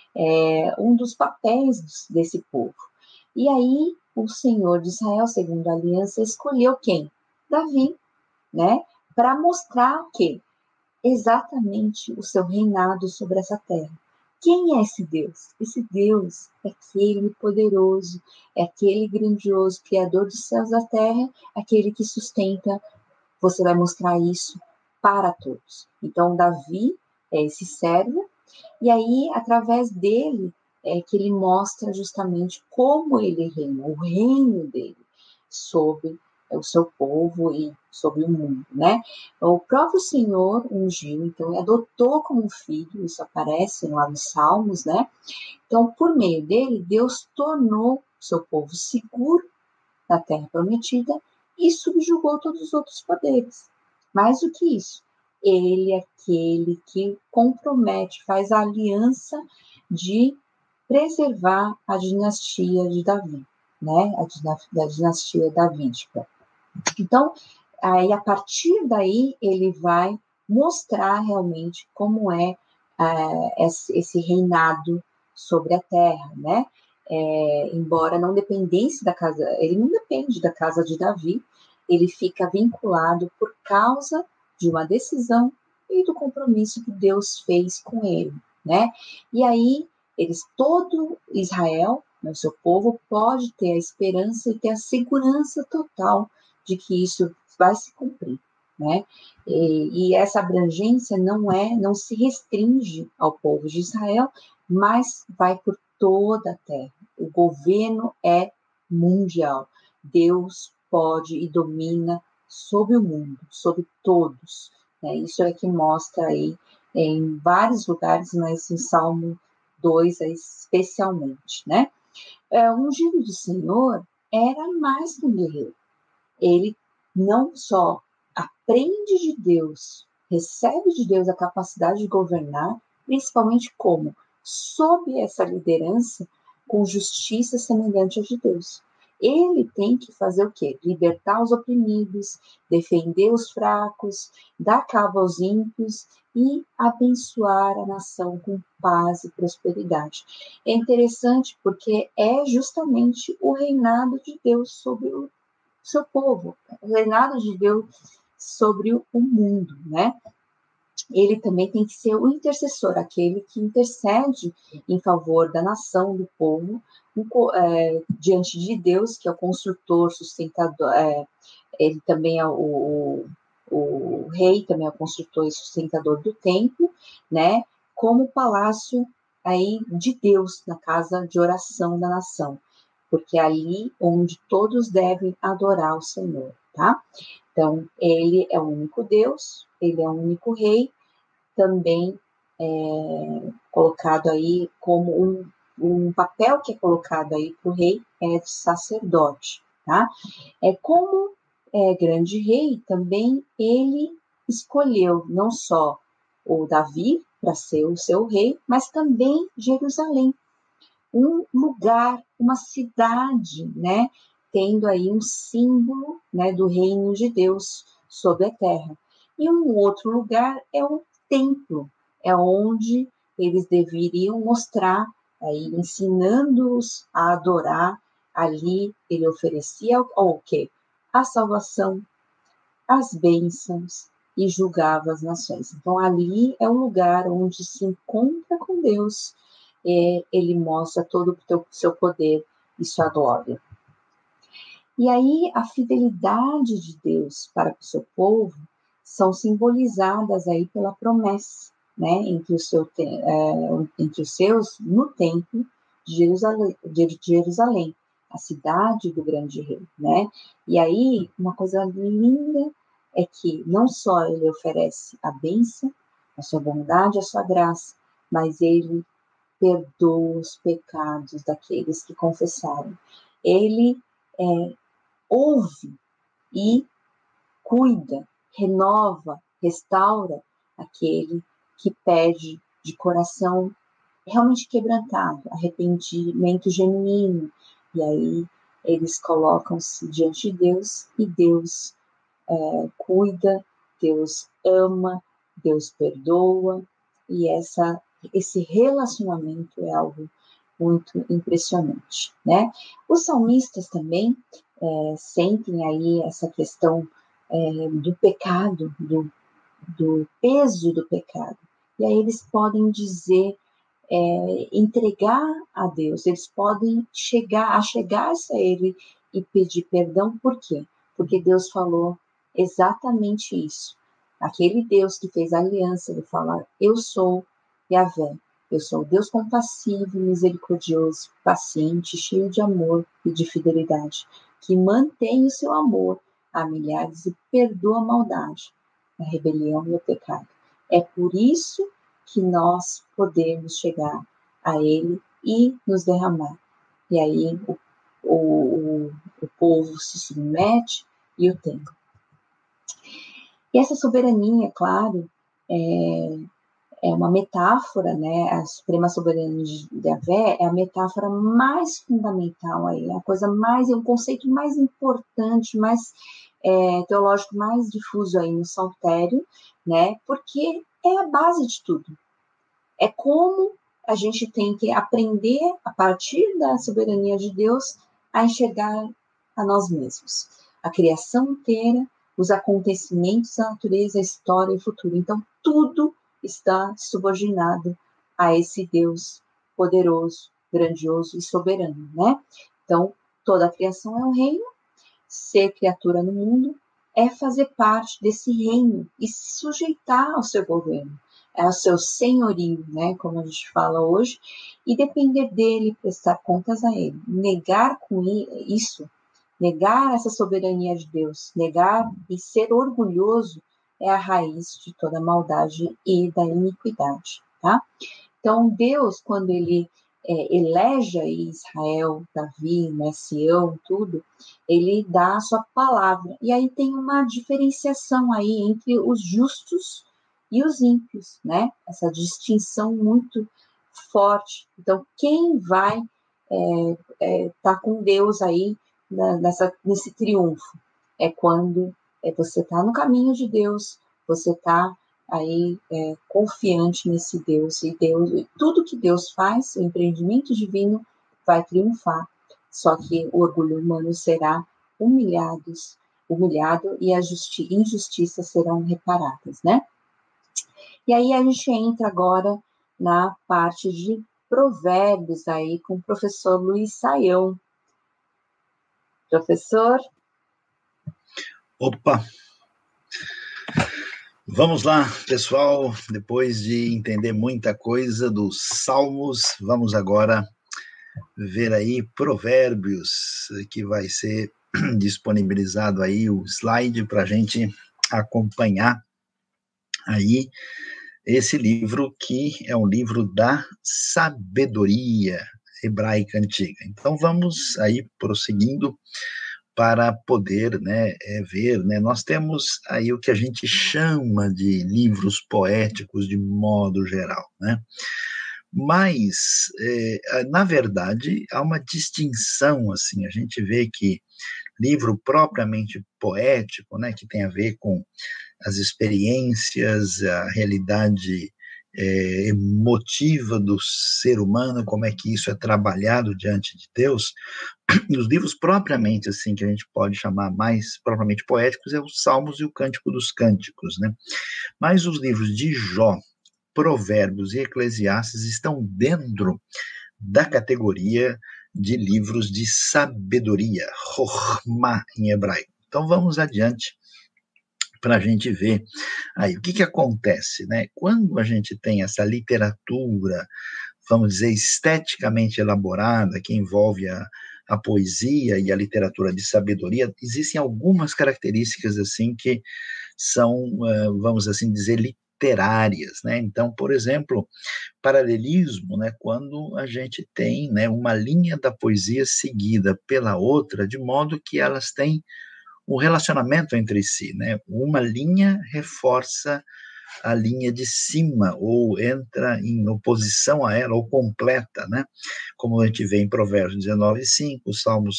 Um dos papéis desse povo. E aí, o Senhor de Israel, segundo a aliança, escolheu quem? Davi, né? Para mostrar o quê? Exatamente o seu reinado sobre essa terra. Quem é esse Deus? Esse Deus é aquele poderoso, é aquele grandioso, criador dos céus e da terra, aquele que sustenta. Você vai mostrar isso para todos. Então, Davi é esse servo, e aí, através dele, é que ele mostra justamente como ele reina, o reino dele sobre o seu povo e sobre o mundo, né? O próprio Senhor ungiu, então, e adotou como filho, isso aparece lá nos Salmos, né? Então, por meio dele, Deus tornou o seu povo seguro na terra prometida e subjugou todos os outros poderes. Mais do que isso, ele é aquele que compromete, faz a aliança de preservar a dinastia de Davi, né? A dinastia davídica. Então, aí, a partir daí, ele vai mostrar realmente como é esse reinado sobre a terra, né? Embora não dependesse da casa, ele não depende da casa de Davi, ele fica vinculado por causa de uma decisão e do compromisso que Deus fez com ele, né? E aí, todo Israel, né, o seu povo, pode ter a esperança e ter a segurança total de que isso vai se cumprir, né? E essa abrangência não se restringe ao povo de Israel, mas vai por toda a terra. O governo é mundial. Deus pode e domina sobre o mundo, sobre todos, né? Isso é que mostra aí em vários lugares, mas em Salmo 2 especialmente, né? O ungido do Senhor era mais que um guerreiro. Ele não só aprende de Deus, recebe de Deus a capacidade de governar, principalmente como? Sob essa liderança, com justiça semelhante à de Deus. Ele tem que fazer o quê? Libertar os oprimidos, defender os fracos, dar cabo aos ímpios e abençoar a nação com paz e prosperidade. É interessante porque é justamente o reinado de Deus sobre o seu povo, o reinado de Deus sobre o mundo, né? Ele também tem que ser o intercessor, aquele que intercede em favor da nação, do povo, diante de Deus, que é o construtor, sustentador, ele também é o rei, também é o construtor e sustentador do templo, né? Como o palácio aí de Deus, na casa de oração da nação, porque é ali onde todos devem adorar o Senhor, tá? Então, ele é o único Deus, ele é o único rei, também colocado aí como um papel que é colocado aí para o rei é de sacerdote, tá? Como grande rei, também ele escolheu não só o Davi para ser o seu rei, mas também Jerusalém, um lugar, uma cidade, né, tendo aí um símbolo, né, do reino de Deus sobre a terra. E um outro lugar é o templo, é onde eles deveriam mostrar, aí ensinando-os a adorar. Ali ele oferecia o quê? A salvação, as bênçãos e julgava as nações. Então ali é um lugar onde se encontra com Deus, ele mostra todo o seu poder e sua glória. E aí a fidelidade de Deus para com o seu povo são simbolizadas aí pela promessa, né, entre os seus no templo de Jerusalém, a cidade do grande rei, né? E aí uma coisa linda é que não só ele oferece a bênção, a sua bondade, a sua graça, mas ele perdoa os pecados daqueles que confessaram. Ele ouve e cuida, renova, restaura aquele que pede de coração realmente quebrantado, arrependimento genuíno. E aí eles colocam-se diante de Deus e Deus cuida, Deus ama, Deus perdoa, e esse relacionamento é algo muito impressionante, né? Os salmistas também sentem aí essa questão do pecado, do peso do pecado, e aí eles podem dizer, entregar a Deus, eles podem chegar-se a Ele e pedir perdão. Por quê? Porque Deus falou exatamente isso. Aquele Deus que fez a aliança, ele fala: eu sou Yahvé, eu sou o Deus compassivo, misericordioso, paciente, cheio de amor e de fidelidade, que mantém o seu amor a milhares e perdoa a maldade, a rebelião e o pecado. É por isso que nós podemos chegar a Ele e nos derramar. E aí o povo se submete e o tem. E essa soberania, claro, é uma metáfora, né? A suprema soberania de Yahvé é a metáfora mais fundamental aí, a coisa mais, é um conceito mais importante, mais teológico mais difuso aí no Saltério, né? Porque é a base de tudo. É como a gente tem que aprender, a partir da soberania de Deus, a enxergar a nós mesmos. A criação inteira, os acontecimentos da natureza, a história e o futuro. Então, tudo está subordinado a esse Deus poderoso, grandioso e soberano, né? Então, toda a criação é um reino, ser criatura no mundo é fazer parte desse reino e se sujeitar ao seu governo, ao seu senhorio, né, como a gente fala hoje, e depender dele, prestar contas a ele. Negar com isso, negar essa soberania de Deus, negar e ser orgulhoso é a raiz de toda a maldade e da iniquidade, tá? Então, Deus, quando ele elege aí Israel, Davi, né, Sião, tudo, ele dá a sua palavra. E aí tem uma diferenciação aí entre os justos e os ímpios, né? Essa distinção muito forte. Então, quem vai tá com Deus aí nesse triunfo? É quando você está no caminho de Deus, você está aí confiante nesse Deus, e tudo que Deus faz, o empreendimento divino vai triunfar, só que o orgulho humano será humilhado e as injustiças serão reparadas, né? E aí a gente entra agora na parte de provérbios aí com o professor Luiz Saião. Professor? Opa! Vamos lá, pessoal, depois de entender muita coisa dos Salmos, vamos agora ver aí Provérbios, que vai ser disponibilizado aí o slide para a gente acompanhar aí esse livro, que é um livro da sabedoria hebraica antiga. Então vamos aí prosseguindo para poder, ver, nós temos aí o que a gente chama de livros poéticos de modo geral, né? Mas, na verdade, há uma distinção, assim, a gente vê que livro propriamente poético, né, que tem a ver com as experiências, a realidade emotiva do ser humano, como é que isso é trabalhado diante de Deus. E os livros propriamente, assim, que a gente pode chamar mais propriamente poéticos, é os Salmos e o Cântico dos Cânticos, né? Mas os livros de Jó, Provérbios e Eclesiastes estão dentro da categoria de livros de sabedoria, Chokhmah em hebraico. Então vamos adiante para a gente ver aí o que acontece, né? Quando a gente tem essa literatura, vamos dizer, esteticamente elaborada, que envolve a poesia e a literatura de sabedoria, existem algumas características assim que são, vamos assim dizer, literárias, né? Então, por exemplo, paralelismo, né? Quando a gente tem, né, uma linha da poesia seguida pela outra, de modo que elas têm um relacionamento entre si, né? Uma linha reforça a linha de cima, ou entra em oposição a ela, ou completa, né? Como a gente vê em Provérbios 19:5, Salmos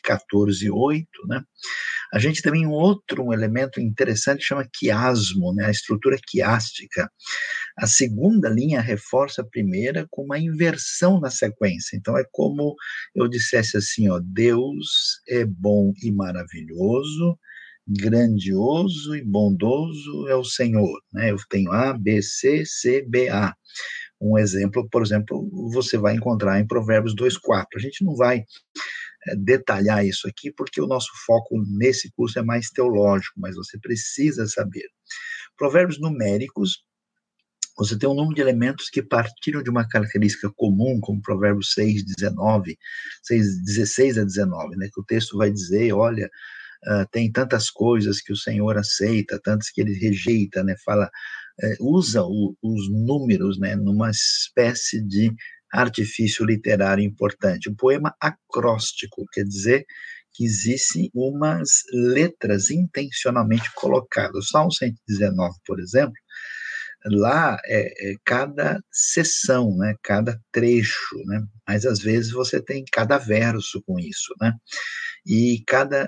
114:8, né? A gente também um outro elemento interessante que chama quiasmo, né? A estrutura quiástica. A segunda linha reforça a primeira com uma inversão na sequência. Então é como eu dissesse assim, ó, Deus é bom e maravilhoso, grandioso e bondoso é o Senhor, né? Eu tenho A, B, C, C, B, A. Um exemplo, por exemplo, você vai encontrar em Provérbios 2:4. A gente não vai detalhar isso aqui, porque o nosso foco nesse curso é mais teológico, mas você precisa saber. Provérbios numéricos, você tem um número de elementos que partilham de uma característica comum, como Provérbios 6:19, 6:16 a 19, né? Que o texto vai dizer, olha, tem tantas coisas que o Senhor aceita, tantas que ele rejeita, né? Fala, usa os números, né? Numa espécie de artifício literário importante. Um poema acróstico, quer dizer que existem umas letras intencionalmente colocadas. O Salmo 119, por exemplo, lá é cada sessão, né, cada trecho, né, mas às vezes você tem cada verso com isso, né, e cada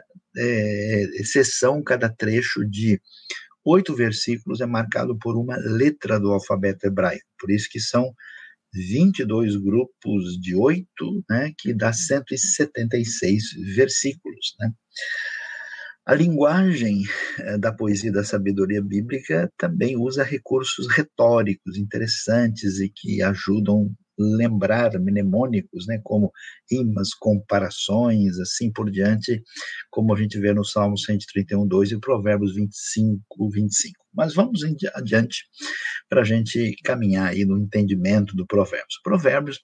sessão, cada trecho de 8 versículos é marcado por uma letra do alfabeto hebraico, por isso que são 22 grupos de 8, né, que dá 176 versículos, né. A linguagem da poesia e da sabedoria bíblica também usa recursos retóricos interessantes e que ajudam lembrar mnemônicos, né, como rimas, comparações, assim por diante, como a gente vê no Salmo 131:2 e Provérbios 25:25. Mas vamos adiante para a gente caminhar aí no entendimento do Provérbios. Provérbios,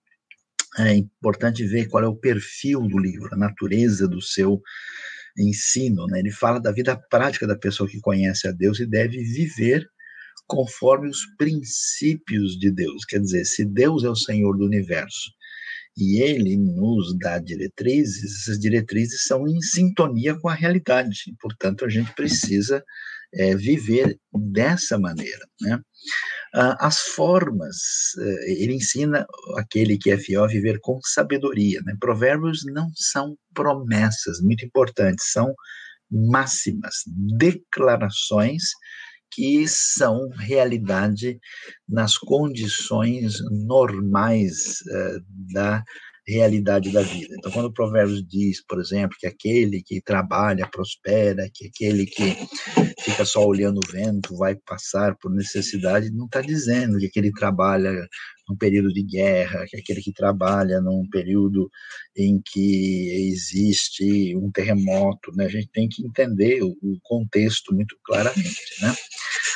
é importante ver qual é o perfil do livro, a natureza do seu ensino, né? Ele fala da vida prática da pessoa que conhece a Deus e deve viver conforme os princípios de Deus. Quer dizer, se Deus é o Senhor do universo e Ele nos dá diretrizes, essas diretrizes são em sintonia com a realidade. Portanto, a gente precisa viver dessa maneira, né? As formas, ele ensina aquele que é fiel a viver com sabedoria, né? Provérbios não são promessas, muito importantes, são máximas, declarações que são realidade nas condições normais da realidade da vida. Então, quando o Provérbios diz, por exemplo, que aquele que trabalha prospera, que aquele que fica só olhando o vento vai passar por necessidade, não está dizendo que aquele trabalha num período de guerra, que aquele que trabalha num período em que existe um terremoto, né? A gente tem que entender o contexto muito claramente, né?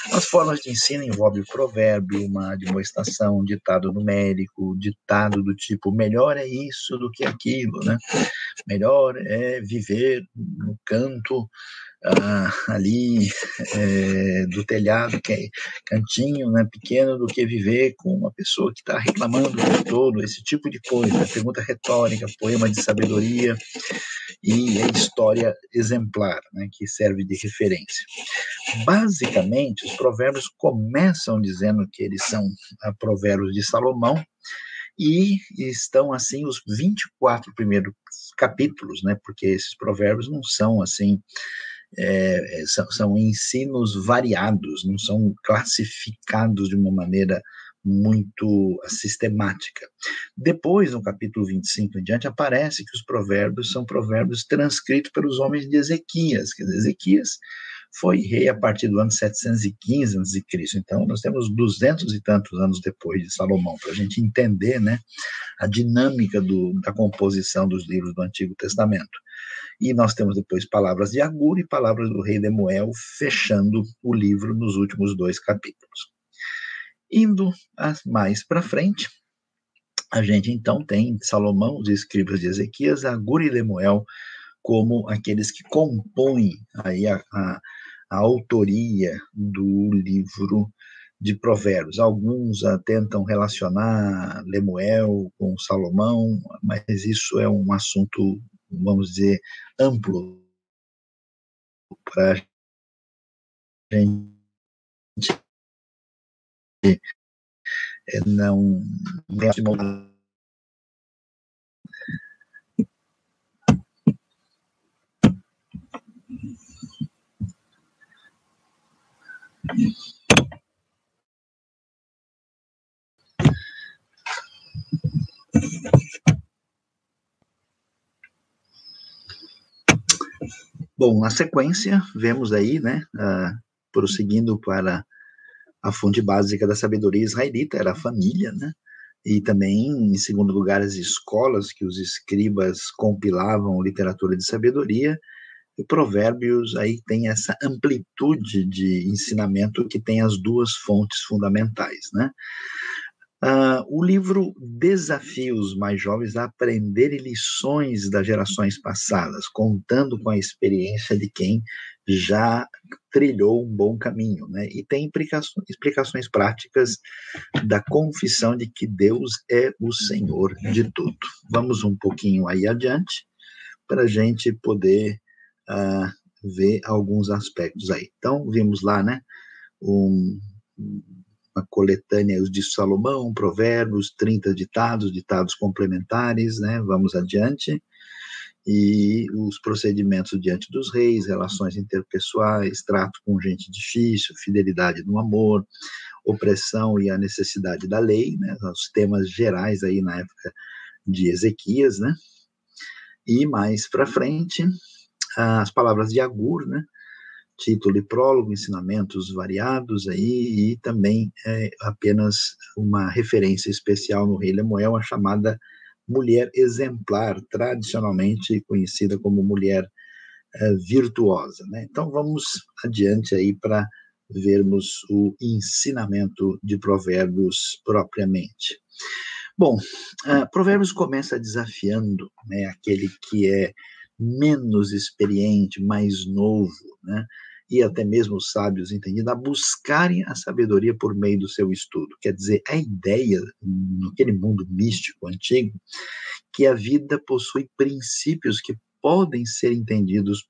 As formas de ensino envolvem o provérbio, uma admoestação, um ditado numérico, ditado do tipo melhor é isso do que aquilo, né? Melhor é viver no canto ali do telhado, que é cantinho, né, pequeno, do que viver com uma pessoa que está reclamando o tempo todo, esse tipo de coisa, pergunta retórica, poema de sabedoria e a história exemplar, né, que serve de referência. Basicamente, os provérbios começam dizendo que eles são provérbios de Salomão, e estão, assim, os 24 primeiros capítulos, né, porque esses provérbios não são, assim, são ensinos variados, não são classificados de uma maneira muito sistemática. Depois, no capítulo 25 em diante, aparece que os provérbios são provérbios transcritos pelos homens de Ezequias. Quer dizer, Ezequias foi rei a partir do ano 715 a.C., então nós temos 200 e tantos anos depois de Salomão, para a gente entender, né, a dinâmica da composição dos livros do Antigo Testamento. E nós temos depois palavras de Agur e palavras do rei Lemuel, fechando o livro nos últimos 2 capítulos. Indo mais para frente, a gente então tem Salomão, os escribas de Ezequias, Agur e Lemuel como aqueles que compõem aí a autoria do livro de Provérbios. Alguns tentam relacionar Lemuel com Salomão, mas isso é um assunto, vamos dizer, amplo para a gente não. Bom, na sequência, vemos aí, né, prosseguindo para a fonte básica da sabedoria israelita, era a família, né, e também, em segundo lugar, as escolas que os escribas compilavam literatura de sabedoria, e Provérbios aí tem essa amplitude de ensinamento que tem as duas fontes fundamentais, né. O livro desafia os mais jovens a aprenderem lições das gerações passadas, contando com a experiência de quem já trilhou um bom caminho, né? E tem explicações práticas da confissão de que Deus é o Senhor de tudo. Vamos um pouquinho aí adiante para a gente poder ver alguns aspectos aí. Então, vimos lá, né, uma coletânea de Salomão, provérbios, 30 ditados, ditados complementares, né? Vamos adiante. E os procedimentos diante dos reis, relações interpessoais, trato com gente difícil, fidelidade no amor, opressão e a necessidade da lei, né? Os temas gerais aí na época de Ezequias, né? E mais para frente, as palavras de Agur, né? Título e prólogo, ensinamentos variados aí, e também apenas uma referência especial no rei Lemuel, a chamada mulher exemplar, tradicionalmente conhecida como mulher virtuosa, né? Então vamos adiante aí para vermos o ensinamento de Provérbios propriamente. Bom, Provérbios começa desafiando, né, aquele que é menos experiente, mais novo, né, e até mesmo os sábios entendidos, a buscarem a sabedoria por meio do seu estudo. Quer dizer, a ideia, naquele mundo místico antigo, que a vida possui princípios que podem ser entendidos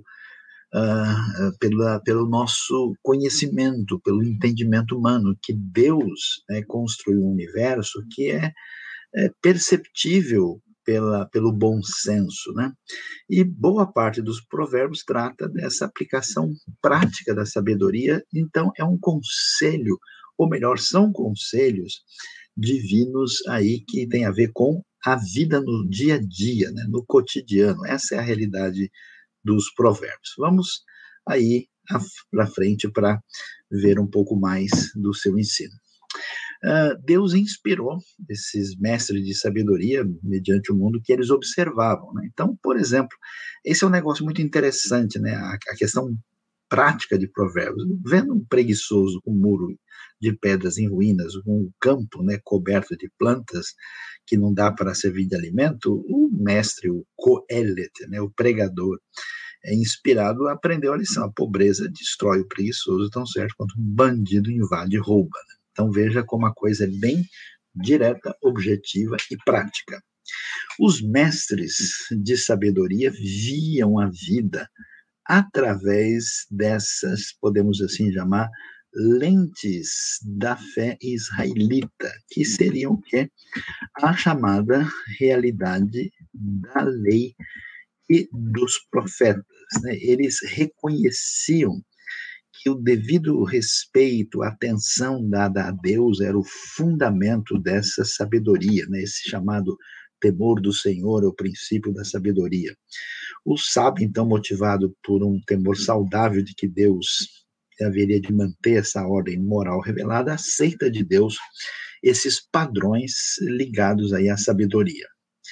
pelo nosso conhecimento, pelo entendimento humano, que Deus, né, construiu um universo que é perceptível pelo bom senso, né? E boa parte dos provérbios trata dessa aplicação prática da sabedoria, então é um conselho, ou melhor, são conselhos divinos aí que tem a ver com a vida no dia a dia, né, no cotidiano. Essa é a realidade dos provérbios. Vamos aí para frente para ver um pouco mais do seu ensino. Deus inspirou esses mestres de sabedoria mediante o mundo que eles observavam, né? Então, por exemplo, esse é um negócio muito interessante, né? A questão prática de Provérbios. Vendo um preguiçoso com um muro de pedras em ruínas, um campo, né, coberto de plantas que não dá para servir de alimento, o mestre, o Coelet, né, o pregador, inspirado, aprendeu a lição. A pobreza destrói o preguiçoso tão certo quanto um bandido invade e rouba. Né? Então veja como a coisa é bem direta, objetiva e prática. Os mestres de sabedoria viam a vida através dessas, podemos assim chamar, lentes da fé israelita, que seriam o quê? A chamada realidade da lei e dos profetas. Né? Eles reconheciam que o devido respeito, a atenção dada a Deus era o fundamento dessa sabedoria, né? Esse chamado temor do Senhor é o princípio da sabedoria. O sábio, então, motivado por um temor saudável de que Deus haveria de manter essa ordem moral revelada, aceita de Deus esses padrões ligados aí à sabedoria.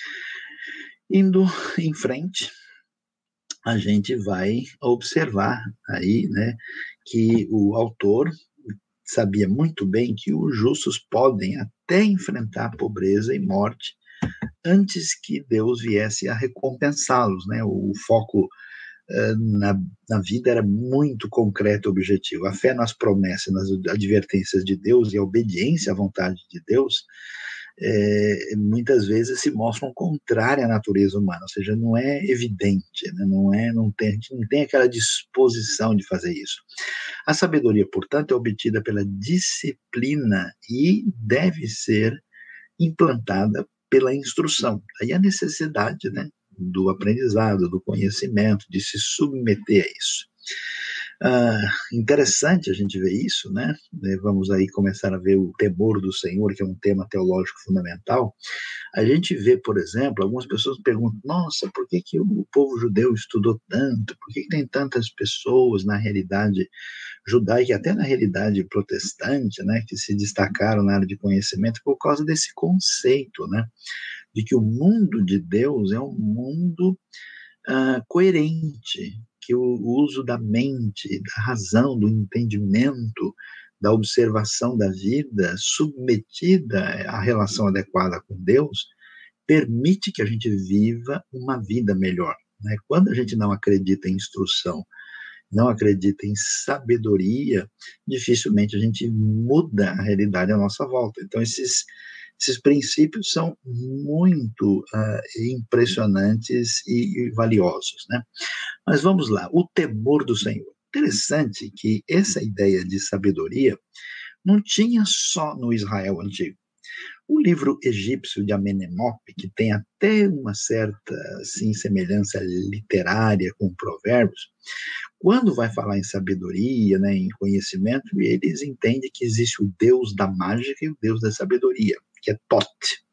Indo em frente, a gente vai observar aí, né, que o autor sabia muito bem que os justos podem até enfrentar pobreza e morte antes que Deus viesse a recompensá-los, né? O foco na vida era muito concreto e objetivo. A fé nas promessas, nas advertências de Deus e a obediência à vontade de Deus muitas vezes se mostram contrárias à natureza humana, ou seja, não é evidente, né? não tem aquela disposição de fazer isso. A sabedoria, portanto, é obtida pela disciplina e deve ser implantada pela instrução. Aí a necessidade, né, do aprendizado, do conhecimento, de se submeter a isso. Interessante a gente ver isso, né? Vamos aí começar a ver o temor do Senhor, que é um tema teológico fundamental. A gente vê, por exemplo, algumas pessoas perguntam, nossa, por que o povo judeu estudou tanto? Por que tem tantas pessoas na realidade judaica e até na realidade protestante, né, que se destacaram na área de conhecimento por causa desse conceito, né, de que o mundo de Deus é um mundo coerente, que o uso da mente, da razão, do entendimento, da observação da vida, submetida à relação adequada com Deus, permite que a gente viva uma vida melhor. Né? Quando a gente não acredita em instrução, não acredita em sabedoria, dificilmente a gente muda a realidade à nossa volta. Então, esses princípios são muito impressionantes e valiosos, né? Mas vamos lá, o temor do Senhor. Interessante que essa ideia de sabedoria não tinha só no Israel antigo. O livro egípcio de Amenemope, que tem até uma certa assim, semelhança literária com Provérbios, quando vai falar em sabedoria, né, em conhecimento, eles entendem que existe o Deus da mágica e o Deus da sabedoria, que é Tot.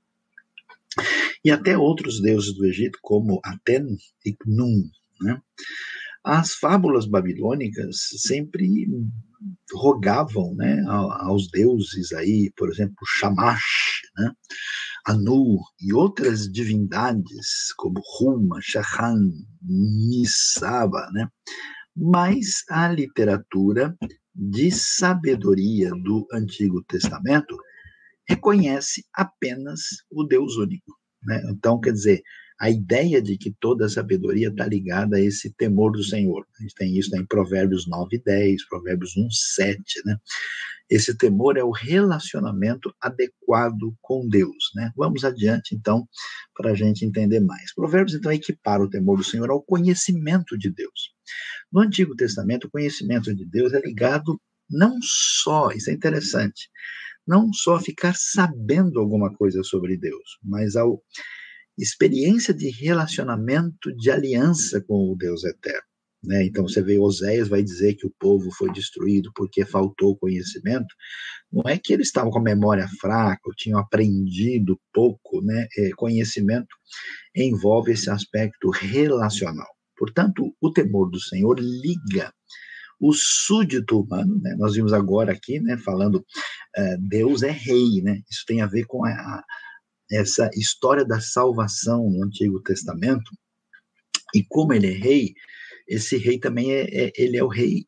E até outros deuses do Egito, como Aten e Knum. Né? As fábulas babilônicas sempre rogavam, né, aos deuses aí, por exemplo, Shamash, né, Anu e outras divindades como Huma, Shachan, Nisaba, né, mas a literatura de sabedoria do Antigo Testamento reconhece apenas o Deus único. Né? Então, quer dizer, a ideia de que toda a sabedoria está ligada a esse temor do Senhor. A gente tem isso, né, em Provérbios 9:10, Provérbios 1:7. Né? Esse temor é o relacionamento adequado com Deus. Né? Vamos adiante, então, para a gente entender mais. Provérbios, então, equipara o temor do Senhor ao conhecimento de Deus. No Antigo Testamento, o conhecimento de Deus é ligado não só, isso é interessante, não só ficar sabendo alguma coisa sobre Deus, mas a experiência de relacionamento, de aliança com o Deus eterno. Né? Então você vê Oséias vai dizer que o povo foi destruído porque faltou conhecimento. Não é que eles estavam com a memória fraca ou tinham aprendido pouco, né? Conhecimento envolve esse aspecto relacional. Portanto, o temor do Senhor liga o súdito humano, né? Nós vimos agora aqui, né, falando Deus é rei, né? Isso tem a ver com essa história da salvação no Antigo Testamento, e como ele é rei, esse rei também ele é o rei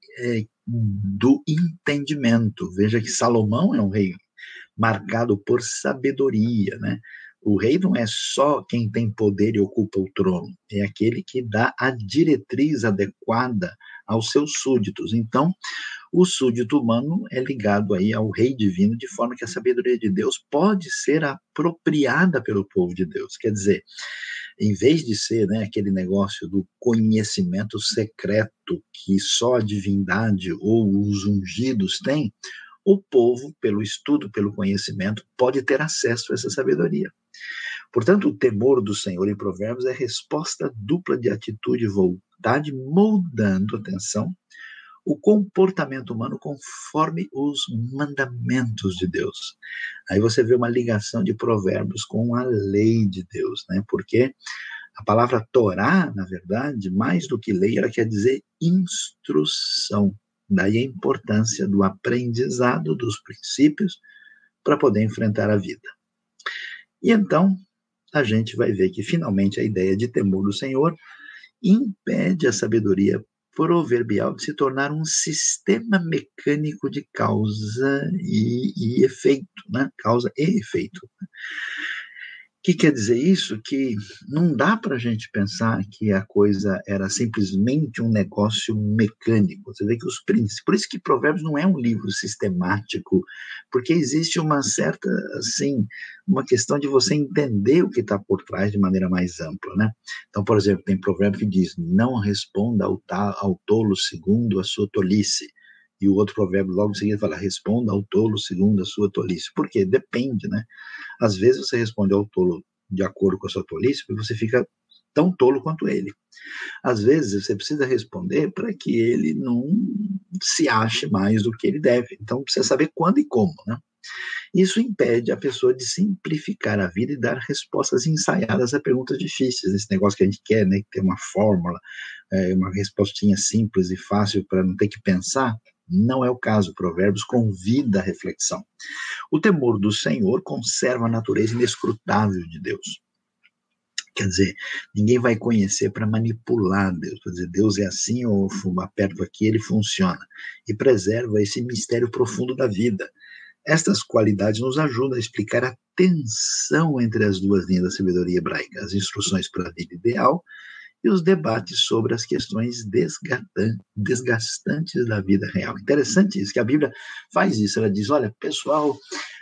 do entendimento. Veja que Salomão é um rei marcado por sabedoria, né? O rei não é só quem tem poder e ocupa o trono, é aquele que dá a diretriz adequada aos seus súditos. Então, o súdito humano é ligado aí ao rei divino, de forma que a sabedoria de Deus pode ser apropriada pelo povo de Deus. Quer dizer, em vez de ser, né, aquele negócio do conhecimento secreto que só a divindade ou os ungidos têm, o povo, pelo estudo, pelo conhecimento, pode ter acesso a essa sabedoria. Portanto, o temor do Senhor em Provérbios é resposta dupla de atitude e vontade, moldando, atenção, o comportamento humano conforme os mandamentos de Deus. Aí você vê uma ligação de Provérbios com a lei de Deus, né? Porque a palavra Torá, na verdade, mais do que lei, ela quer dizer instrução. Daí a importância do aprendizado dos princípios para poder enfrentar a vida. E então, a gente vai ver que finalmente a ideia de temor do Senhor impede a sabedoria proverbial de se tornar um sistema mecânico de causa e efeito, né? Causa e efeito. O que quer dizer isso? Que não dá para a gente pensar que a coisa era simplesmente um negócio mecânico. Você vê que os princípios... Por isso que Provérbios não é um livro sistemático, porque existe uma certa, assim, uma questão de você entender o que está por trás de maneira mais ampla, né? Então, por exemplo, tem provérbio que diz, não responda ao tolo segundo a sua tolice. E o outro provérbio logo em seguida fala, responda ao tolo segundo a sua tolice. Por quê? Depende, né? Às vezes você responde ao tolo de acordo com a sua tolice, porque você fica tão tolo quanto ele. Às vezes você precisa responder para que ele não se ache mais do que ele deve. Então precisa saber quando e como, né? Isso impede a pessoa de simplificar a vida e dar respostas ensaiadas a perguntas difíceis. Esse negócio que a gente quer, né, ter uma fórmula, uma respostinha simples e fácil para não ter que pensar, não é o caso. Provérbios convida a reflexão. O temor do Senhor conserva a natureza inescrutável de Deus. Quer dizer, ninguém vai conhecer para manipular Deus, para dizer Deus é assim, ou aperto aqui, ele funciona. E preserva esse mistério profundo da vida. Estas qualidades nos ajudam a explicar a tensão entre as duas linhas da sabedoria hebraica, as instruções para a vida ideal e os debates sobre as questões desgastantes da vida real. Interessante isso, que a Bíblia faz isso, ela diz, olha, pessoal,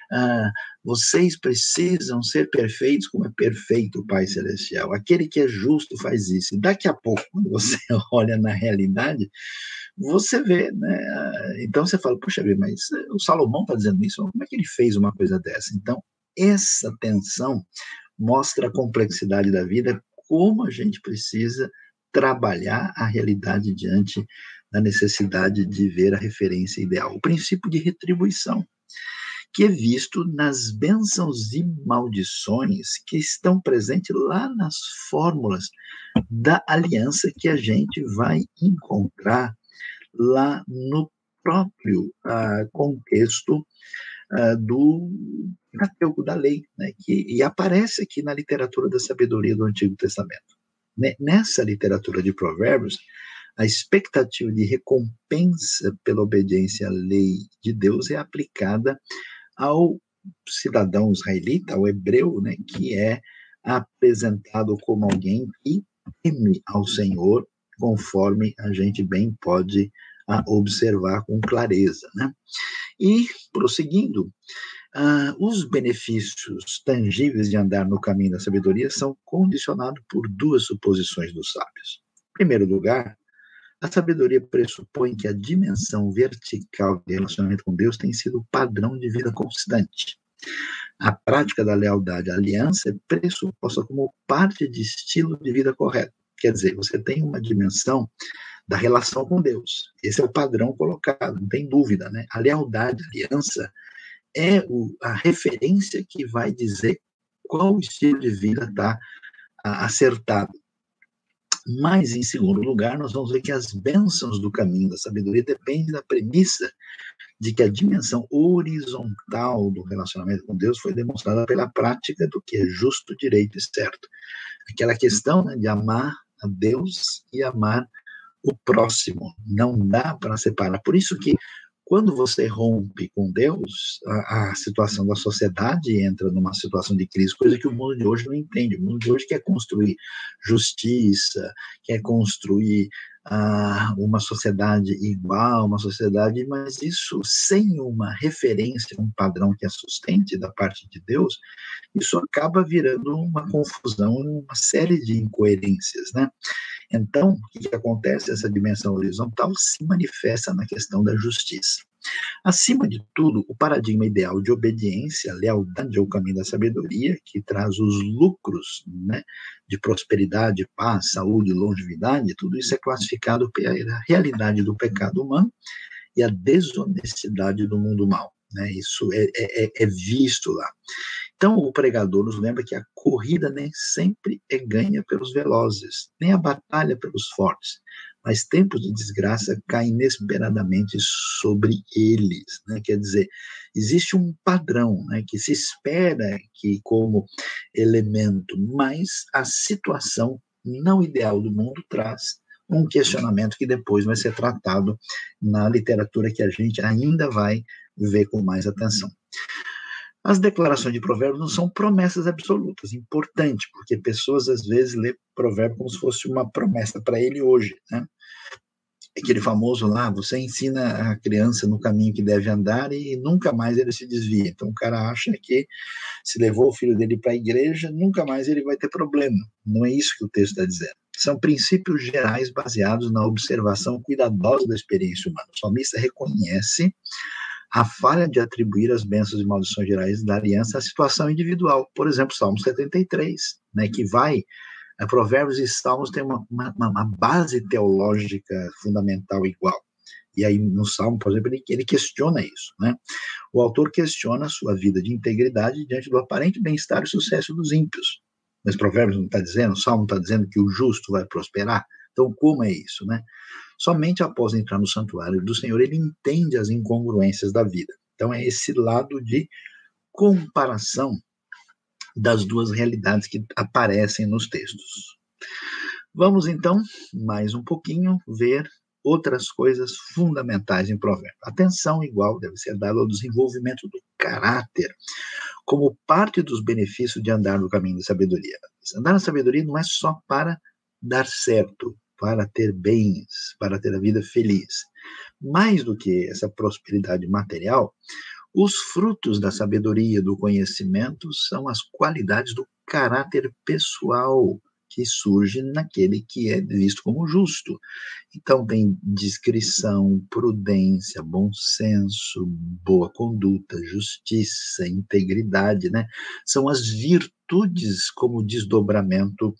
vocês precisam ser perfeitos como é perfeito o Pai Celestial. Aquele que é justo faz isso. E daqui a pouco, quando você olha na realidade, você vê, né? Então você fala, puxa vida, mas o Salomão está dizendo isso, como é que ele fez uma coisa dessa? Então, essa tensão mostra a complexidade da vida, como a gente precisa trabalhar a realidade diante da necessidade de ver a referência ideal. O princípio de retribuição, que é visto nas bênçãos e maldições que estão presentes lá nas fórmulas da aliança que a gente vai encontrar lá no próprio contexto do Pentateuco, da lei, né, e aparece aqui na literatura da sabedoria do Antigo Testamento. Nessa literatura de Provérbios, a expectativa de recompensa pela obediência à lei de Deus é aplicada ao cidadão israelita, ao hebreu, né, que é apresentado como alguém que teme ao Senhor, conforme a gente bem pode observar com clareza, né? E, prosseguindo, os benefícios tangíveis de andar no caminho da sabedoria são condicionados por duas suposições dos sábios. Em primeiro lugar, a sabedoria pressupõe que a dimensão vertical de relacionamento com Deus tem sido o padrão de vida constante. A prática da lealdade à aliança é pressuposta como parte de estilo de vida correto. Quer dizer, você tem uma dimensão da relação com Deus. Esse é o padrão colocado, não tem dúvida, né? A lealdade, a aliança, é a referência que vai dizer qual estilo de vida está acertado. Mas, em segundo lugar, nós vamos ver que as bênçãos do caminho da sabedoria dependem da premissa de que a dimensão horizontal do relacionamento com Deus foi demonstrada pela prática do que é justo, direito e certo. Aquela questão, né, de amar a Deus e amar o próximo, não dá para separar. Por isso que quando você rompe com Deus, a situação da sociedade entra numa situação de crise, coisa que o mundo de hoje não entende. O mundo de hoje quer construir justiça, quer construir uma sociedade igual, uma sociedade, mas isso sem uma referência, um padrão que a sustente da parte de Deus, isso acaba virando uma confusão, uma série de incoerências, né? Então, o que acontece? Essa dimensão horizontal se manifesta na questão da justiça. Acima de tudo, o paradigma ideal de obediência, lealdade ao caminho da sabedoria, que traz os lucros, né, de prosperidade, paz, saúde, longevidade, tudo isso é classificado pela realidade do pecado humano e a desonestidade do mundo mal. Né? Isso é visto lá. Então, o pregador nos lembra que a corrida nem sempre é ganha pelos velozes, nem a batalha pelos fortes, mas tempos de desgraça caem inesperadamente sobre eles. Né? Quer dizer, existe um padrão, né, que se espera que como elemento, mas a situação não ideal do mundo traz um questionamento que depois vai ser tratado na literatura que a gente ainda vai ver com mais atenção. As declarações de provérbios não são promessas absolutas, importante, porque pessoas às vezes lê provérbio como se fosse uma promessa para ele hoje, né? Aquele famoso lá, você ensina a criança no caminho que deve andar e nunca mais ele se desvia. Então o cara acha que se levou o filho dele para a igreja, nunca mais ele vai ter problema. Não é isso que o texto está dizendo. São princípios gerais baseados na observação cuidadosa da experiência humana. O salmista reconhece a falha de atribuir as bênçãos e maldições gerais da aliança à situação individual. Por exemplo, Salmo 73, né, que vai... Provérbios e Salmos têm uma base teológica fundamental igual. E aí, no Salmo, por exemplo, ele questiona isso, né? O autor questiona a sua vida de integridade diante do aparente bem-estar e sucesso dos ímpios. Mas Provérbios não está dizendo, o Salmo está dizendo que o justo vai prosperar. Então, como é isso, né? Somente após entrar no santuário do Senhor, ele entende as incongruências da vida. Então, é esse lado de comparação das duas realidades que aparecem nos textos. Vamos, então, mais um pouquinho, ver outras coisas fundamentais em Provérbios. Atenção igual deve ser dada ao desenvolvimento do caráter, como parte dos benefícios de andar no caminho da sabedoria. Andar na sabedoria não é só para dar certo, para ter bens, para ter a vida feliz. Mais do que essa prosperidade material, os frutos da sabedoria, do conhecimento, são as qualidades do caráter pessoal que surge naquele que é visto como justo. Então tem discrição, prudência, bom senso, boa conduta, justiça, integridade, né? São as virtudes como desdobramento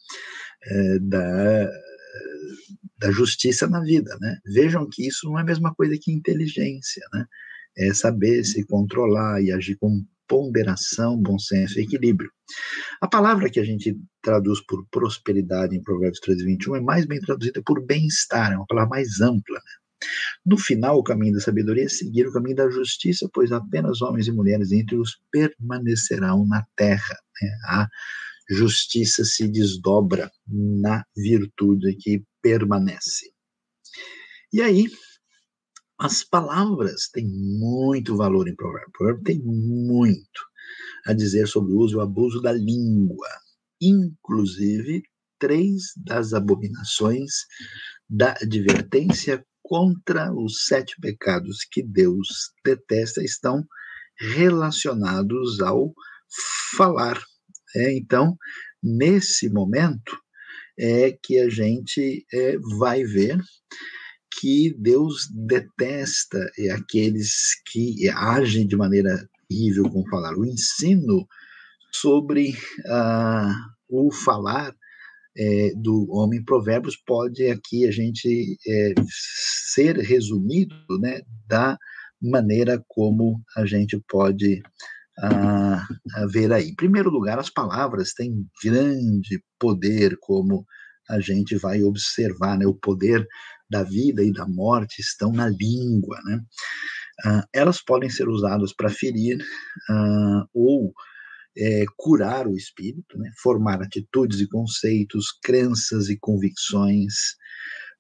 da justiça na vida, né? Vejam que isso não é a mesma coisa que inteligência, né? É saber se controlar e agir com ponderação, bom senso e equilíbrio. A palavra que a gente traduz por prosperidade em Provérbios 13:21 é mais bem traduzida por bem-estar, é uma palavra mais ampla. Né? No final, o caminho da sabedoria é seguir o caminho da justiça, pois apenas homens e mulheres íntegros permanecerão na terra. Né? A justiça se desdobra na virtude que permanece. E aí, as palavras têm muito valor em Provérbios. O provérbio tem muito a dizer sobre o uso e o abuso da língua. Inclusive, 3 das abominações da advertência contra os 7 pecados que Deus detesta estão relacionados ao falar. Então, nesse momento, é que a gente vai ver que Deus detesta aqueles que agem de maneira terrível com falar. O ensino sobre o falar do homem em Provérbios pode aqui a gente ser resumido, né, da maneira como a gente pode ver aí. Em primeiro lugar, as palavras têm grande poder, como a gente vai observar, né, o poder da vida e da morte estão na língua, né? Elas podem ser usadas para ferir ou curar o espírito, né? Formar atitudes e conceitos, crenças e convicções,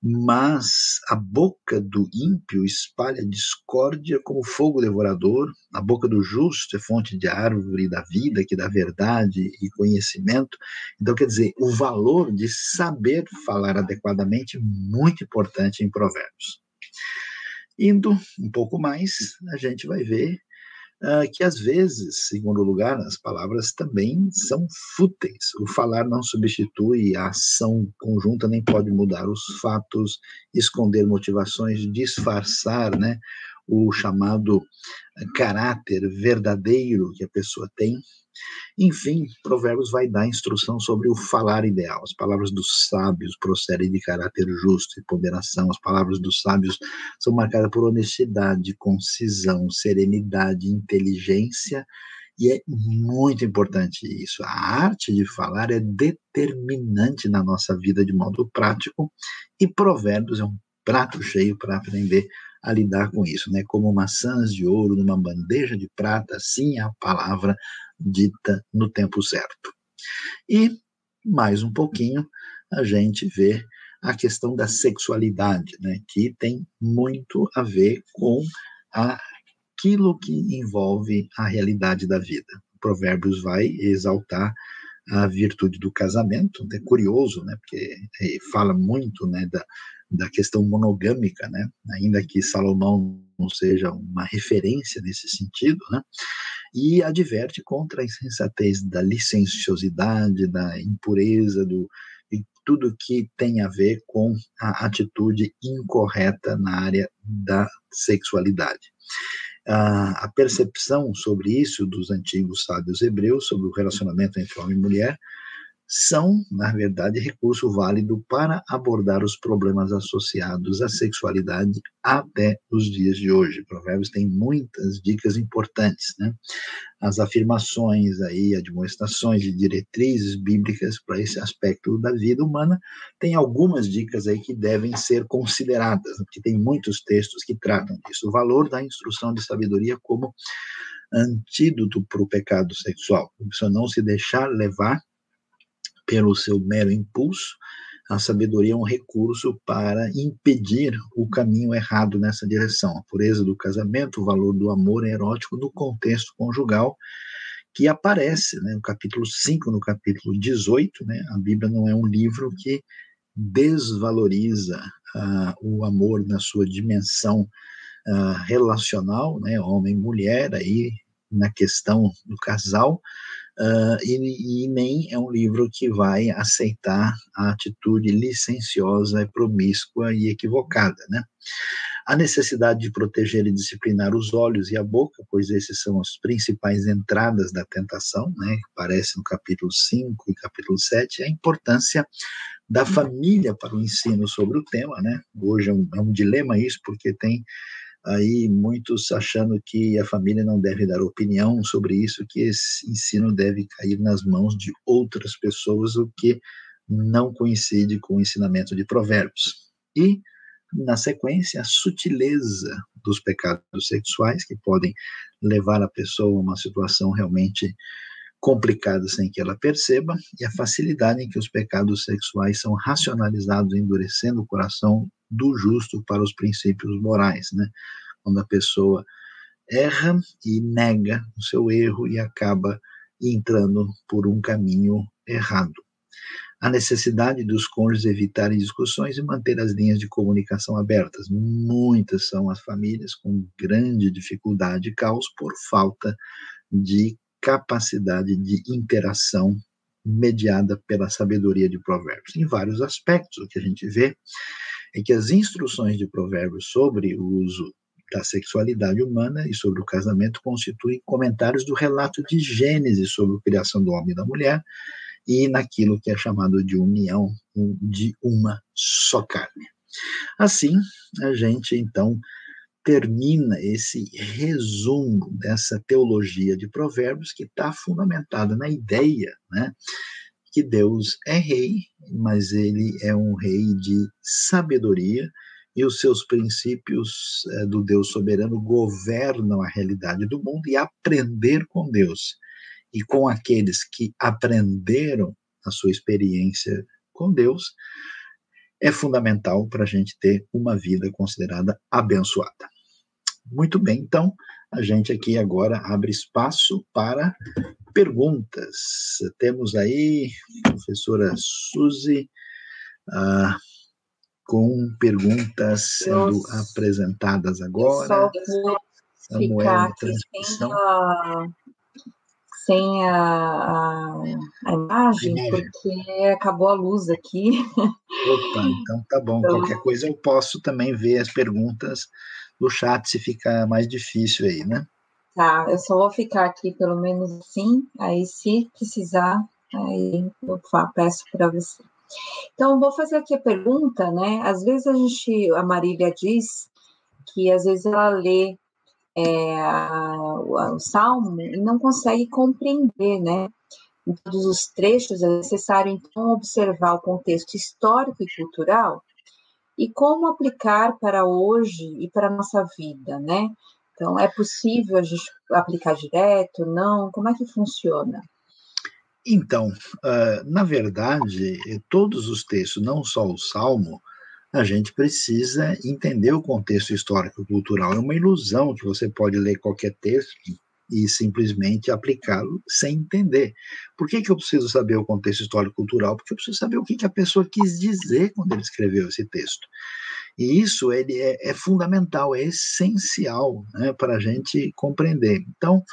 Mas a boca do ímpio espalha discórdia como fogo devorador, a boca do justo é fonte de árvore da vida, que dá verdade e conhecimento. Então, quer dizer, o valor de saber falar adequadamente é muito importante em Provérbios. Indo um pouco mais, a gente vai ver que às vezes, segundo lugar, as palavras também são fúteis. O falar não substitui a ação conjunta, nem pode mudar os fatos, esconder motivações, disfarçar, né, o chamado caráter verdadeiro que a pessoa tem. Enfim, Provérbios vai dar instrução sobre o falar ideal. As palavras dos sábios procedem de caráter justo e ponderação. As palavras dos sábios são marcadas por honestidade, concisão, serenidade, inteligência, e é muito importante isso. A arte de falar é determinante na nossa vida de modo prático, e Provérbios é um prato cheio para aprender a lidar com isso, né? Como maçãs de ouro numa bandeja de prata, assim é a palavra dita no tempo certo. E, mais um pouquinho, a gente vê a questão da sexualidade, né, que tem muito a ver com aquilo que envolve a realidade da vida. Provérbios vai exaltar a virtude do casamento, é curioso, né, porque fala muito, né, da questão monogâmica, né, ainda que Salomão não seja uma referência nesse sentido, né, e adverte contra a insensatez da licenciosidade, da impureza, e tudo que tem a ver com a atitude incorreta na área da sexualidade. A percepção sobre isso dos antigos sábios hebreus, sobre o relacionamento entre homem e mulher, são, na verdade, recurso válido para abordar os problemas associados à sexualidade até os dias de hoje. Provérbios tem muitas dicas importantes, né? As afirmações aí, admoestações e diretrizes bíblicas para esse aspecto da vida humana, tem algumas dicas aí que devem ser consideradas, porque tem muitos textos que tratam disso. O valor da instrução de sabedoria como antídoto para o pecado sexual. A pessoa não se deixar levar pelo seu mero impulso. A sabedoria é um recurso para impedir o caminho errado nessa direção. A pureza do casamento, o valor do amor erótico no contexto conjugal, que aparece, né, no capítulo 5, no capítulo 18, né, a Bíblia não é um livro que desvaloriza o amor na sua dimensão relacional, né, homem e mulher, aí na questão do casal, e nem é um livro que vai aceitar a atitude licenciosa, promíscua e equivocada, né? A necessidade de proteger e disciplinar os olhos e a boca, pois esses são as principais entradas da tentação, né? Aparece no capítulo 5 e capítulo 7, a importância da família para o ensino sobre o tema, né? Hoje é um dilema isso, porque tem aí muitos achando que a família não deve dar opinião sobre isso, que esse ensino deve cair nas mãos de outras pessoas, o que não coincide com o ensinamento de Provérbios. E, na sequência, a sutileza dos pecados sexuais, que podem levar a pessoa a uma situação realmente complicada sem que ela perceba, e a facilidade em que os pecados sexuais são racionalizados, endurecendo o coração do justo para os princípios morais, né? Quando a pessoa erra e nega o seu erro e acaba entrando por um caminho errado. A necessidade dos cônjuges evitarem discussões e manter as linhas de comunicação abertas. Muitas são as famílias com grande dificuldade e caos por falta de capacidade de interação mediada pela sabedoria de Provérbios. Em vários aspectos, o que a gente vê é que as instruções de Provérbios sobre o uso da sexualidade humana e sobre o casamento constituem comentários do relato de Gênesis sobre a criação do homem e da mulher e naquilo que é chamado de união de uma só carne. Assim, a gente então termina esse resumo dessa teologia de Provérbios que está fundamentada na ideia, né, que Deus é rei, mas ele é um rei de sabedoria, e os seus princípios do Deus soberano governam a realidade do mundo, e aprender com Deus e com aqueles que aprenderam a sua experiência com Deus é fundamental para a gente ter uma vida considerada abençoada. Muito bem, então, a gente aqui agora abre espaço para perguntas. Temos aí a professora Suzy com perguntas sendo apresentadas agora. Eu só vou Samuel ficar na aqui transmissão. sem a imagem, porque acabou a luz aqui. Opa, então tá bom. Então, Qualquer coisa eu posso também ver as perguntas do chat, se fica mais difícil aí, né? tá, eu só vou ficar aqui pelo menos assim, aí se precisar, aí eu peço para você. Então, vou fazer aqui a pergunta, né? Às vezes a Marília diz que às vezes ela lê o Salmo e não consegue compreender, né? Em todos os trechos é necessário, então, observar o contexto histórico e cultural e como aplicar para hoje e para a nossa vida, né? Então, é possível a gente aplicar direto? Não? Como é que funciona? Então, na verdade, todos os textos, não só o Salmo, a gente precisa entender o contexto histórico-cultural. É uma ilusão que você pode ler qualquer texto e simplesmente aplicá-lo sem entender. Por que eu preciso saber o contexto histórico-cultural? Porque eu preciso saber o que a pessoa quis dizer quando ele escreveu esse texto. E isso ele é fundamental, é essencial, né, para a gente compreender. Então,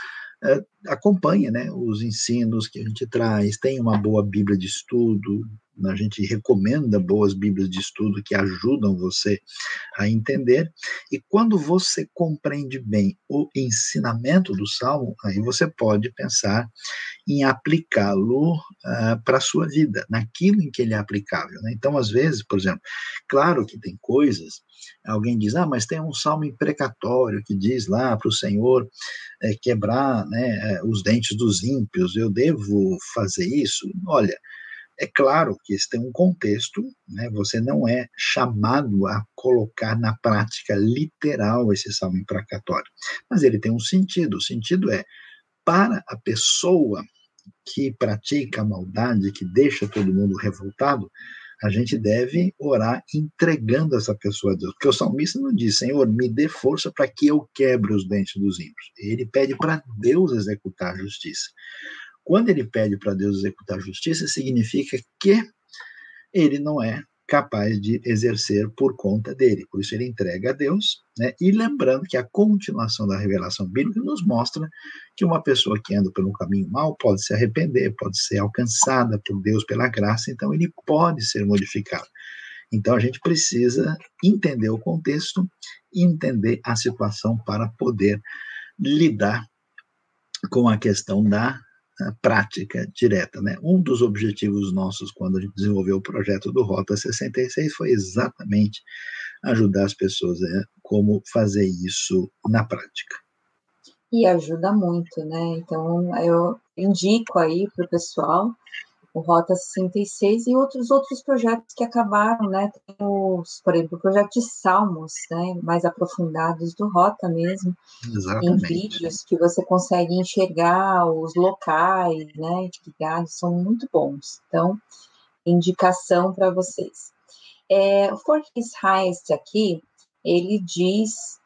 acompanha, né, os ensinos que a gente traz, tem uma boa Bíblia de estudo, a gente recomenda boas Bíblias de estudo que ajudam você a entender, e quando você compreende bem o ensinamento do Salmo, aí você pode pensar em aplicá-lo para a sua vida, naquilo em que ele é aplicável. Né? Então, às vezes, por exemplo, claro que tem coisas, alguém diz, mas tem um salmo imprecatório que diz lá para o Senhor quebrar, né, os dentes dos ímpios, eu devo fazer isso? Olha, é claro que isso tem um contexto, né? Você não é chamado a colocar na prática literal esse salmo imprecatório, mas ele tem um sentido. O sentido é para a pessoa que pratica a maldade, que deixa todo mundo revoltado, a gente deve orar entregando essa pessoa a Deus. Porque o salmista não diz, Senhor, me dê força para que eu quebre os dentes dos ímpios. Ele pede para Deus executar a justiça. Quando ele pede para Deus executar a justiça, significa que ele não é capaz de exercer por conta dele. Por isso ele entrega a Deus, né? E lembrando que a continuação da revelação bíblica nos mostra que uma pessoa que anda pelo caminho mau pode se arrepender, pode ser alcançada por Deus pela graça, então ele pode ser modificado. Então a gente precisa entender o contexto, entender a situação para poder lidar com a questão da prática direta. Né? Um dos objetivos nossos quando a gente desenvolveu o projeto do Rota 66 foi exatamente ajudar as pessoas a como fazer isso na prática. E ajuda muito, né? Então, eu indico aí para o pessoal o Rota 66 e outros projetos que acabaram, né? Tem por exemplo, o projeto de Salmos, né? Mais aprofundados do Rota mesmo, em vídeos que você consegue enxergar os locais, né? São muito bons. Então, indicação para vocês. O Fortes Heist aqui, ele diz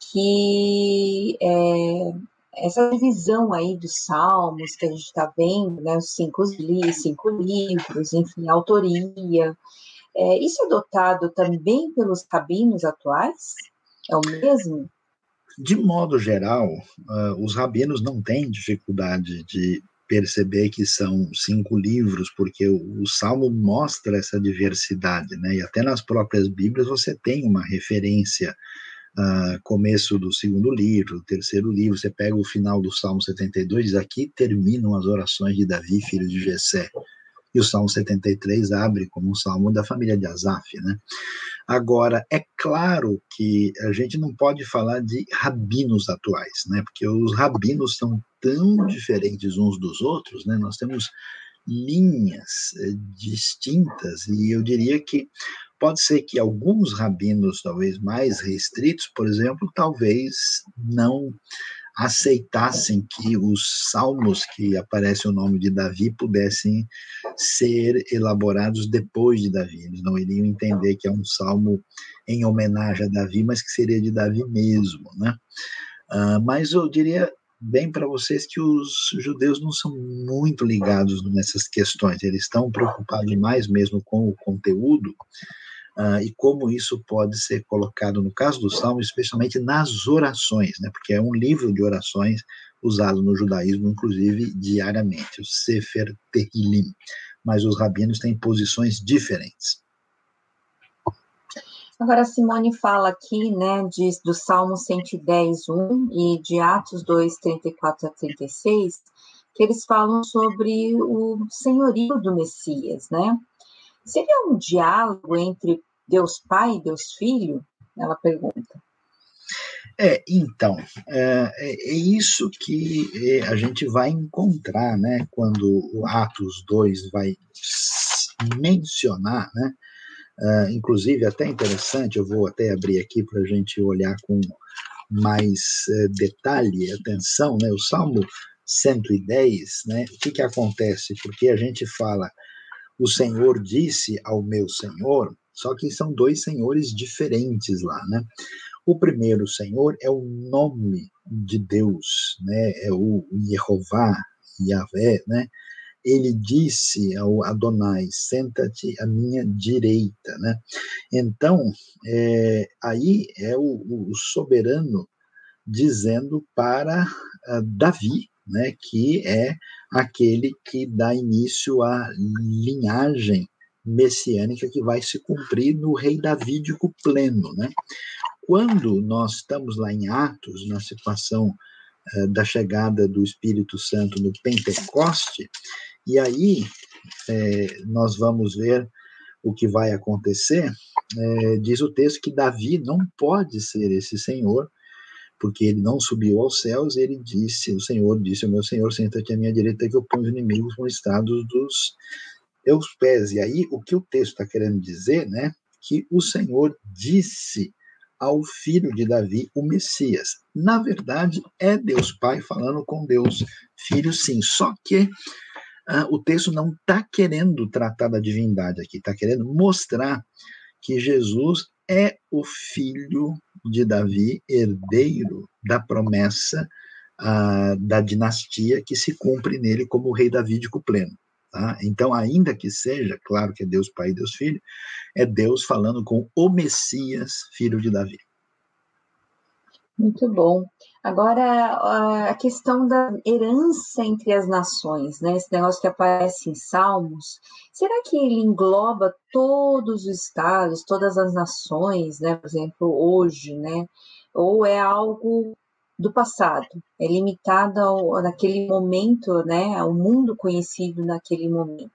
que essa divisão aí dos salmos que a gente está vendo, né, os cinco livros, enfim, a autoria, isso é adotado também pelos rabinos atuais? É o mesmo? De modo geral, os rabinos não têm dificuldade de perceber que são 5 livros, porque o Salmo mostra essa diversidade, né? E até nas próprias Bíblias você tem uma referência começo do segundo livro, terceiro livro, você pega o final do Salmo 72, diz aqui terminam as orações de Davi, filho de Jessé. E o Salmo 73 abre como um salmo da família de Asaf, né? Agora, é claro que a gente não pode falar de rabinos atuais, né? Porque os rabinos são tão diferentes uns dos outros, né? Nós temos linhas distintas e eu diria que pode ser que alguns rabinos talvez mais restritos, por exemplo, talvez não aceitassem que os salmos que aparece o nome de Davi pudessem ser elaborados depois de Davi. Eles não iriam entender que é um salmo em homenagem a Davi, mas que seria de Davi mesmo, né? Mas eu diria bem para vocês que os judeus não são muito ligados nessas questões, eles estão preocupados mais mesmo com o conteúdo, e como isso pode ser colocado, no caso do Salmo, especialmente nas orações, né? Porque é um livro de orações usado no judaísmo, inclusive, diariamente, o Sefer Tehillim, mas os rabinos têm posições diferentes. Agora, a Simone fala aqui, né, do Salmo 110, 1 e de Atos 2, 34 a 36, que eles falam sobre o senhorio do Messias, né? Seria um diálogo entre Deus Pai e Deus Filho? Ela pergunta. Então, é isso que a gente vai encontrar, né, quando o Atos 2 vai mencionar, né, inclusive até interessante, eu vou até abrir aqui para a gente olhar com mais detalhe, atenção, né, o Salmo 110, né, o que acontece? Porque a gente fala, o Senhor disse ao meu Senhor, só que são dois senhores diferentes lá, né? O primeiro Senhor é o nome de Deus, né? É o Yehová, Yahvé, né? Ele disse ao Adonai, senta-te à minha direita, né? Então, aí é o soberano dizendo para Davi, né? Que é aquele que dá início à linhagem messiânica que vai se cumprir no rei davídico pleno, né? Quando nós estamos lá em Atos, na situação da chegada do Espírito Santo no Pentecoste, e aí nós vamos ver o que vai acontecer, diz o texto que Davi não pode ser esse Senhor, porque ele não subiu aos céus, ele disse, o Senhor disse ao meu Senhor, senta-te à minha direita que eu ponho os inimigos no estado dos teus pés. E aí o que o texto está querendo dizer, né, que o Senhor disse ao filho de Davi, o Messias. Na verdade, é Deus Pai falando com Deus Filho, sim. Só que o texto não está querendo tratar da divindade aqui, está querendo mostrar que Jesus é o filho de Davi, herdeiro da promessa da dinastia que se cumpre nele como o rei davídico pleno. Tá? Então, ainda que seja, claro que é Deus Pai e Deus Filho, é Deus falando com o Messias, filho de Davi. Muito bom. Agora, a questão da herança entre as nações, né? Esse negócio que aparece em Salmos, será que ele engloba todos os estados, todas as nações, né? Por exemplo, hoje, né? Ou é algo do passado? É limitado naquele momento, né? Ao mundo conhecido naquele momento?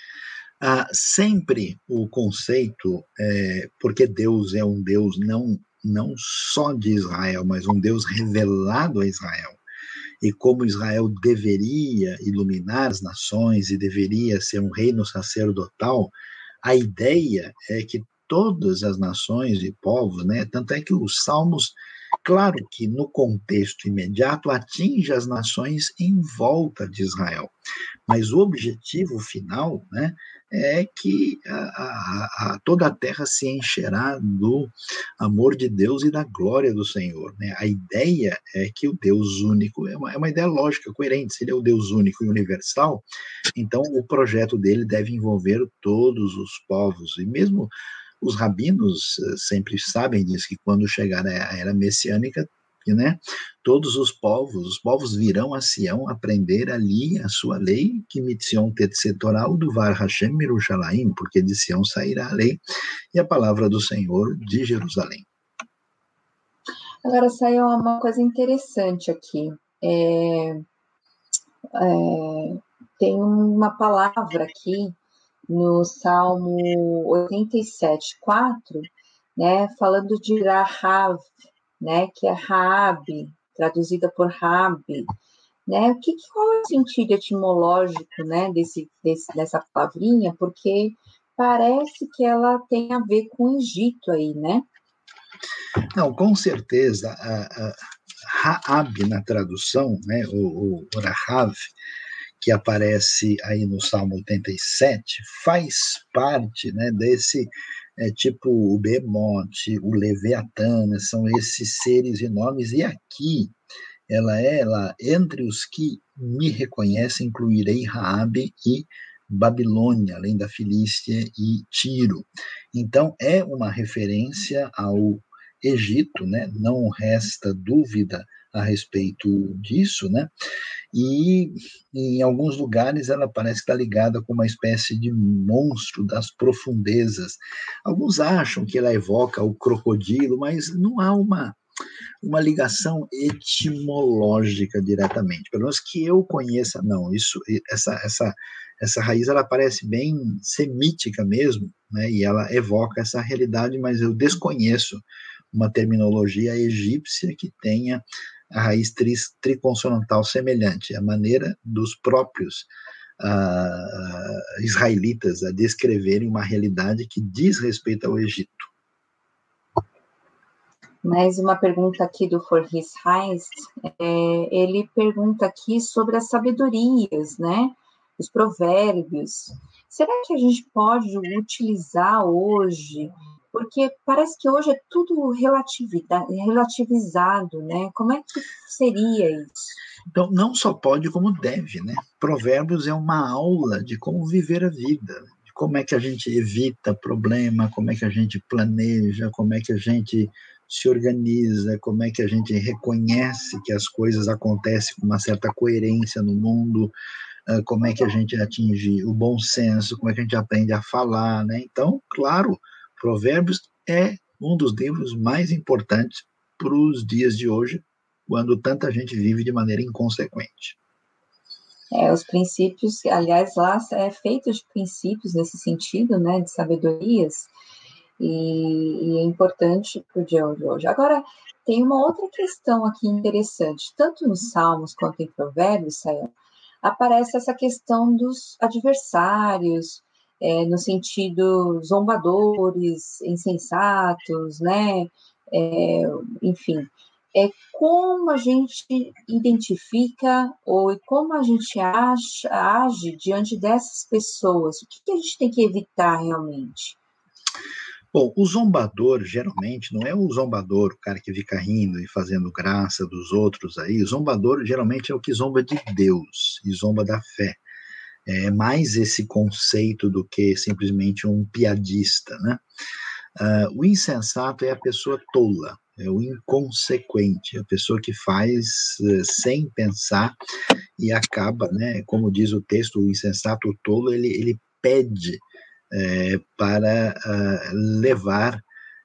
Sempre o conceito, porque Deus é um Deus não só de Israel, mas um Deus revelado a Israel. E como Israel deveria iluminar as nações e deveria ser um reino sacerdotal, a ideia é que todas as nações e povos, né, tanto é que os Salmos, claro que no contexto imediato, atinge as nações em volta de Israel, mas o objetivo final, né, é que toda a terra se encherá do amor de Deus e da glória do Senhor. Né? A ideia é que o Deus único, é uma ideia lógica, coerente, se ele é o Deus único e universal, então o projeto dele deve envolver todos os povos, e mesmo os rabinos sempre sabem disso, que quando chegar a era messiânica, né, todos os povos virão a Sião aprender ali a sua lei, que mitzion tetzetorah uduvar Hashem Yerushalayim, porque de Sião sairá a lei e a palavra do Senhor de Jerusalém. Agora saiu uma coisa interessante aqui. Tem uma palavra aqui no Salmo 87, 4, né, falando de Rahav, né, que é Raabe, traduzida por Raabe, né? Qual é o sentido etimológico, né, dessa palavrinha? Porque parece que ela tem a ver com o Egito aí, né? Não, com certeza. Raab na tradução, né, o Rahav, que aparece aí no Salmo 87, faz parte, né, desse tipo o Behemoth, o Leviatã, né, são esses seres enormes, e aqui ela entre os que me reconhecem, incluirei Raabe e Babilônia, além da Filístia e Tiro. Então, é uma referência ao Egito, né? Não resta dúvida a respeito disso, né? E em alguns lugares ela parece estar ligada com uma espécie de monstro das profundezas. Alguns acham que ela evoca o crocodilo, mas não há uma ligação etimológica diretamente, pelo menos que eu conheça, não. Essa raiz ela parece bem semítica mesmo, né? E ela evoca essa realidade, mas eu desconheço uma terminologia egípcia que tenha a raiz triconsonantal semelhante, a maneira dos próprios israelitas a descreverem uma realidade que diz respeito ao Egito. Mais uma pergunta aqui do Forris Reis, ele pergunta aqui sobre as sabedorias, né, os provérbios. Será que a gente pode utilizar hoje? Porque parece que hoje é tudo relativizado, né? Como é que seria isso? Então, não só pode, como deve, né? Provérbios é uma aula de como viver a vida, de como é que a gente evita problema, como é que a gente planeja, como é que a gente se organiza, como é que a gente reconhece que as coisas acontecem com uma certa coerência no mundo, como é que a gente atinge o bom senso, como é que a gente aprende a falar, né? Então, claro, Provérbios é um dos livros mais importantes para os dias de hoje, quando tanta gente vive de maneira inconsequente. Os princípios, aliás, lá é feito de princípios nesse sentido, né, de sabedorias, e é importante para o dia de hoje. Agora, tem uma outra questão aqui interessante, tanto nos Salmos quanto em Provérbios, Sayão, aparece essa questão dos adversários, no sentido zombadores, insensatos, né? Enfim, como a gente identifica ou como a gente age diante dessas pessoas? O que a gente tem que evitar realmente? Bom, o zombador, geralmente, não é o zombador, o cara que fica rindo e fazendo graça dos outros aí. O zombador, geralmente, é o que zomba de Deus e zomba da fé. É mais esse conceito do que simplesmente um piadista, né? O insensato é a pessoa tola, é o inconsequente, a pessoa que faz sem pensar e acaba, né? Como diz o texto, o insensato, o tolo, ele pede para levar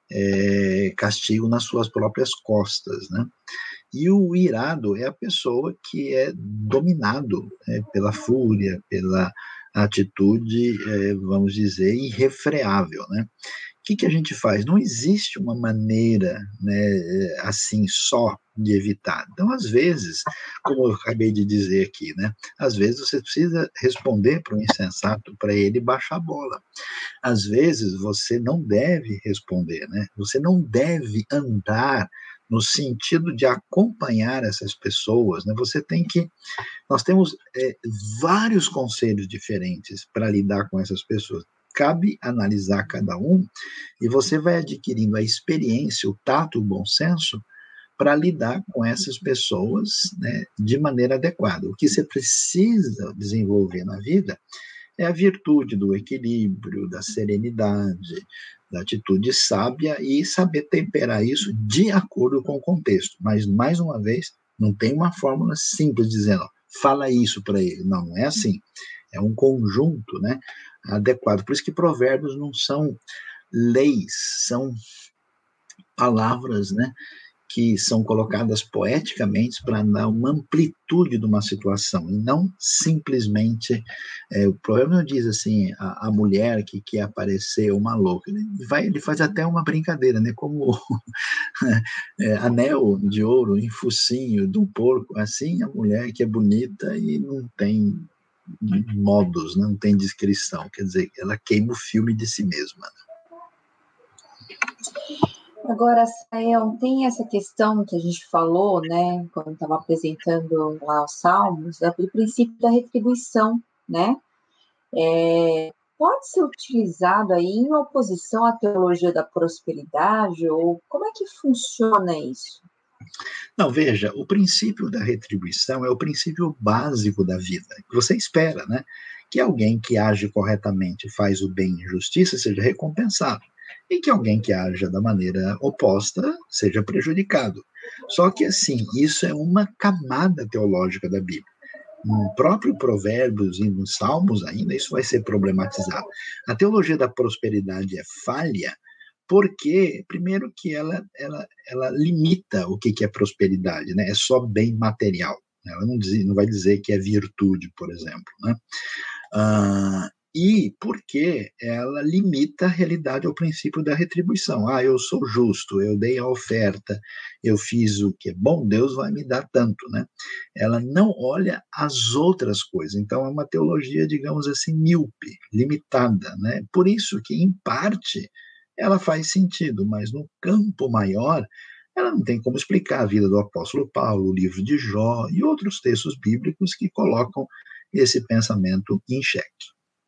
castigo nas suas próprias costas, né? E o irado é a pessoa que é dominado pela fúria, pela atitude, vamos dizer, irrefreável, né? O que a gente faz? Não existe uma maneira, né, assim, só de evitar. Então, às vezes, como eu acabei de dizer aqui, né, às vezes você precisa responder para um insensato para ele baixar a bola. Às vezes você não deve responder, né? Você não deve andar no sentido de acompanhar essas pessoas, né? Nós temos vários conselhos diferentes para lidar com essas pessoas. Cabe analisar cada um e você vai adquirindo a experiência, o tato, o bom senso para lidar com essas pessoas, né, de maneira adequada. O que você precisa desenvolver na vida é a virtude do equilíbrio, da serenidade, da atitude sábia e saber temperar isso de acordo com o contexto. Mas, mais uma vez, não tem uma fórmula simples dizendo, ó, fala isso para ele. Não, não é assim. É um conjunto, né, adequado. Por isso que provérbios não são leis, são palavras, né, que são colocadas poeticamente para dar uma amplitude de uma situação, e não simplesmente, o provérbio não diz assim, a mulher que quer aparecer uma louca, ele faz até uma brincadeira, né, como anel de ouro em focinho de um porco, assim a mulher que é bonita e não tem modos, não tem descrição, quer dizer, ela queima o filme de si mesma. Agora, Sael, tem essa questão que a gente falou, né, quando estava apresentando lá os Salmos, do princípio da retribuição, né? Pode ser utilizado aí em oposição à teologia da prosperidade, ou como é que funciona isso? Não, veja, o princípio da retribuição é o princípio básico da vida. Você espera, né? Que alguém que age corretamente, faz o bem e justiça, seja recompensado. E que alguém que haja da maneira oposta seja prejudicado. Só que, assim, isso é uma camada teológica da Bíblia. No próprio Provérbios e nos Salmos ainda, isso vai ser problematizado. A teologia da prosperidade é falha porque, primeiro, que ela limita o que é prosperidade, né? É só bem material. Ela não vai dizer que é virtude, por exemplo, né? E porque ela limita a realidade ao princípio da retribuição. Eu sou justo, eu dei a oferta, eu fiz o que é bom, Deus vai me dar tanto, né? Ela não olha as outras coisas. Então é uma teologia, digamos assim, míope, limitada, né? Por isso que, em parte, ela faz sentido, mas no campo maior, ela não tem como explicar a vida do apóstolo Paulo, o livro de Jó e outros textos bíblicos que colocam esse pensamento em xeque.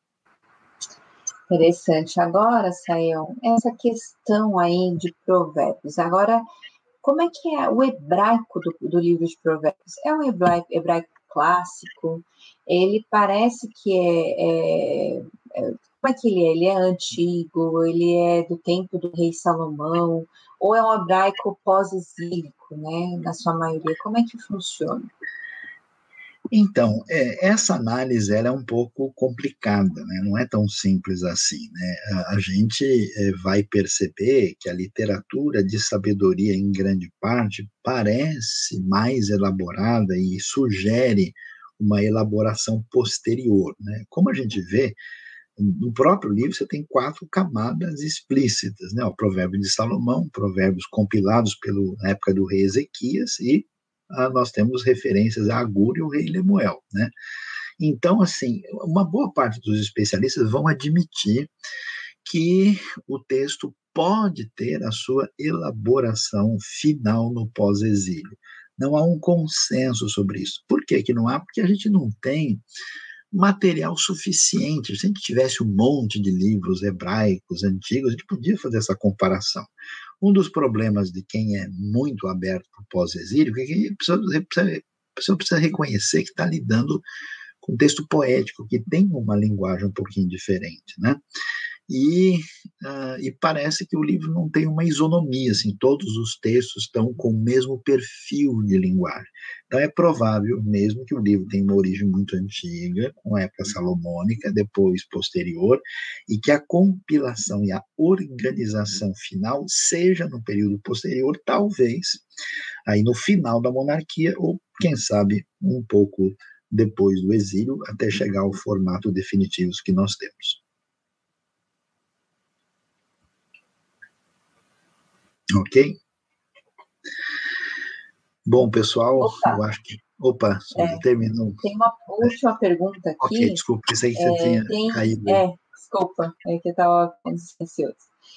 Interessante. Agora, Sael, essa questão aí de provérbios. Agora, como é que é o hebraico do livro de provérbios? É um hebraico clássico? Ele parece que como é que ele é? Ele é antigo? Ele é do tempo do rei Salomão? Ou é um hebraico pós-exílico, né? Na sua maioria. Como é que funciona? Então, essa análise ela é um pouco complicada, né? Não é tão simples assim. Né? A gente vai perceber que a literatura de sabedoria, em grande parte, parece mais elaborada e sugere uma elaboração posterior. Né? Como a gente vê, no próprio livro você tem 4 camadas explícitas, né? O Provérbio de Salomão, provérbios compilados na época do rei Ezequias, e nós temos referências a Agur e o rei Lemuel, né? Então, assim, uma boa parte dos especialistas vão admitir que o texto pode ter a sua elaboração final no pós-exílio. Não há um consenso sobre isso. Por que não há? Porque a gente não tem material suficiente. Se a gente tivesse um monte de livros hebraicos antigos, a gente podia fazer essa comparação. Um dos problemas de quem é muito aberto para o pós-exílio é que a pessoa precisa reconhecer que está lidando com um texto poético, que tem uma linguagem um pouquinho diferente, né? E parece que o livro não tem uma isonomia, assim, todos os textos estão com o mesmo perfil de linguagem. Então é provável mesmo que o livro tenha uma origem muito antiga, com a época salomônica, depois posterior, e que a compilação e a organização final seja no período posterior, talvez aí no final da monarquia, ou quem sabe um pouco depois do exílio, até chegar ao formato definitivo que nós temos. Ok? Bom, pessoal, eu acho que. Opa, terminou. Tem uma última pergunta aqui. Ok, desculpa, pensei que você tinha caído. Desculpa, é que eu estava ansioso.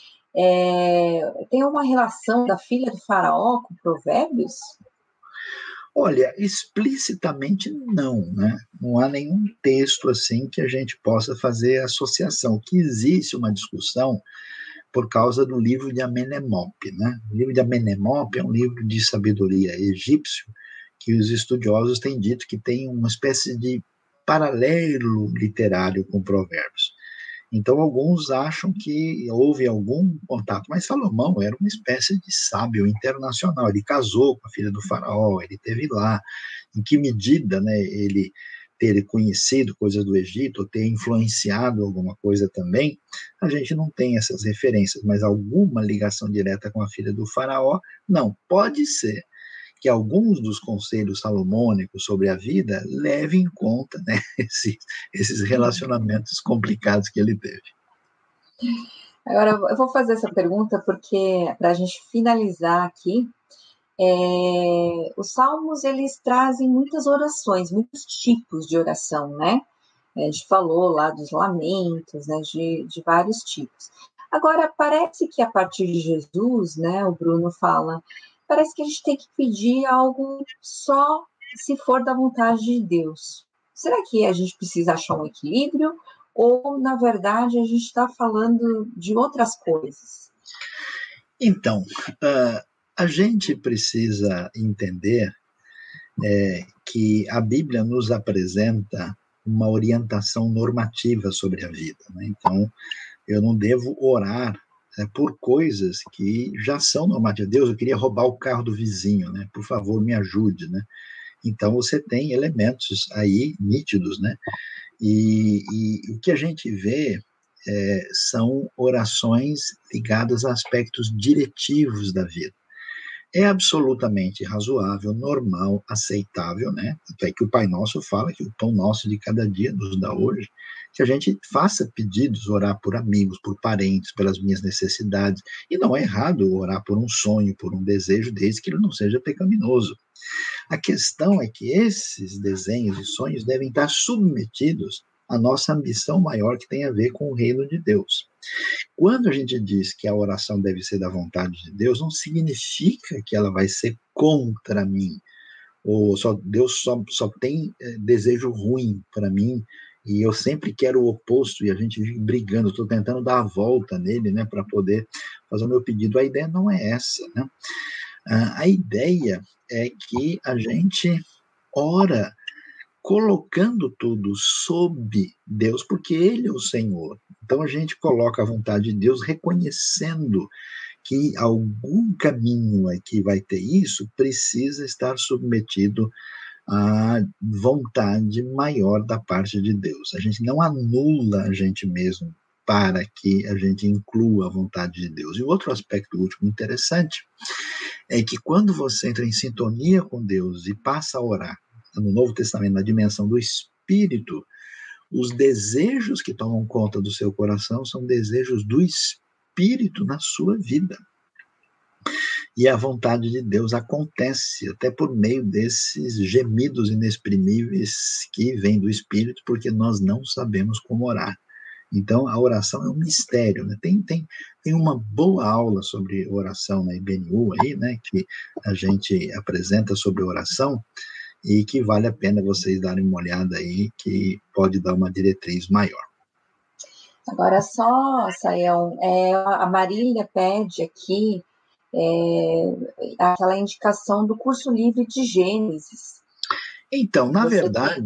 Tem uma relação da filha do faraó com provérbios? Olha, explicitamente não, né? Não há nenhum texto assim que a gente possa fazer associação. O que existe uma discussão por causa do livro de Amenemope, né? O livro de Amenemope é um livro de sabedoria egípcio que os estudiosos têm dito que tem uma espécie de paralelo literário com Provérbios. Então, alguns acham que houve algum contato, mas Salomão era uma espécie de sábio internacional. Ele casou com a filha do faraó, ele teve lá. Em que medida, né, ele ter conhecido coisas do Egito, ou ter influenciado alguma coisa também, a gente não tem essas referências, mas alguma ligação direta com a filha do faraó, não. Pode ser que alguns dos conselhos salomônicos sobre a vida levem em conta, né, esses relacionamentos complicados que ele teve. Agora, eu vou fazer essa pergunta porque, para a gente finalizar aqui, os salmos, eles trazem muitas orações, muitos tipos de oração, né? A gente falou lá dos lamentos, né, de vários tipos. Agora, parece que a partir de Jesus, né, o Bruno fala, parece que a gente tem que pedir algo só se for da vontade de Deus. Será que a gente precisa achar um equilíbrio? Ou, na verdade, a gente está falando de outras coisas? Então, a gente precisa entender que a Bíblia nos apresenta uma orientação normativa sobre a vida, né? Então, eu não devo orar por coisas que já são normativas. Deus, eu queria roubar o carro do vizinho, né? Por favor, me ajude, né? Então, você tem elementos aí nítidos, né? E o que a gente vê são orações ligadas a aspectos diretivos da vida. É absolutamente razoável, normal, aceitável, né? Até que o Pai Nosso fala que o pão nosso de cada dia nos dá hoje, que a gente faça pedidos, orar por amigos, por parentes, pelas minhas necessidades. E não é errado orar por um sonho, por um desejo, desde que ele não seja pecaminoso. A questão é que esses desenhos e sonhos devem estar submetidos à nossa ambição maior que tem a ver com o reino de Deus. Quando a gente diz que a oração deve ser da vontade de Deus, não significa que ela vai ser contra mim, ou Deus só tem desejo ruim para mim, e eu sempre quero o oposto, e a gente vive brigando, estou tentando dar a volta nele, né, para poder fazer o meu pedido. A ideia não é essa, né? A ideia é que a gente ora colocando tudo sob Deus, porque Ele é o Senhor. Então a gente coloca a vontade de Deus reconhecendo que algum caminho que vai ter isso precisa estar submetido à vontade maior da parte de Deus. A gente não anula a gente mesmo para que a gente inclua a vontade de Deus. E outro aspecto último interessante é que quando você entra em sintonia com Deus e passa a orar no Novo Testamento, na dimensão do Espírito, os desejos que tomam conta do seu coração são desejos do Espírito na sua vida. E a vontade de Deus acontece até por meio desses gemidos inexprimíveis que vêm do Espírito, porque nós não sabemos como orar. Então, a oração é um mistério, né? Tem uma boa aula sobre oração na IBNU aí, né? Que a gente apresenta sobre oração, e que vale a pena vocês darem uma olhada aí, que pode dar uma diretriz maior. Agora só, Sayão, a Marília pede aqui aquela indicação do curso livre de Gênesis. Então, na verdade,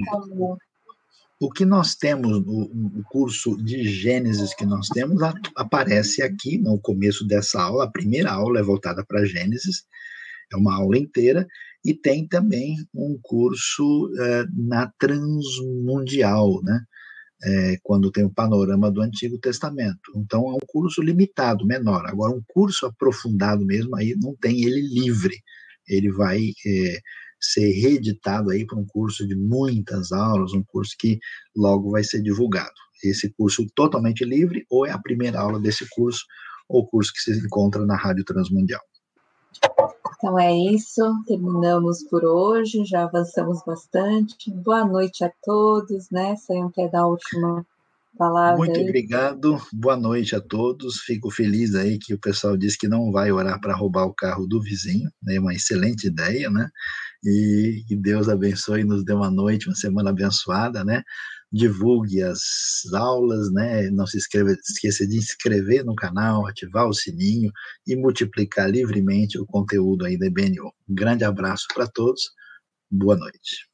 o que nós temos, o curso de Gênesis que nós temos, aparece aqui no começo dessa aula. A primeira aula é voltada para Gênesis, é uma aula inteira, e tem também um curso na Transmundial, né? Quando tem o panorama do Antigo Testamento. Então, é um curso limitado, menor. Agora, um curso aprofundado mesmo, aí não tem ele livre. Ele vai ser reeditado aí para um curso de muitas aulas, um curso que logo vai ser divulgado. Esse curso totalmente livre, ou é a primeira aula desse curso, ou o curso que se encontra na Rádio Transmundial. Então é isso, terminamos por hoje, já avançamos bastante. Boa noite a todos, né? Sayão quer dar a última palavra. Muito aí. Obrigado, boa noite a todos. Fico feliz aí que o pessoal disse que não vai orar para roubar o carro do vizinho, né? Uma excelente ideia, né? E que Deus abençoe e nos dê uma noite, uma semana abençoada, né? Divulgue as aulas, né? Não se esqueça de inscrever no canal, ativar o sininho e multiplicar livremente o conteúdo aí da IBNU. Um grande abraço para todos, boa noite.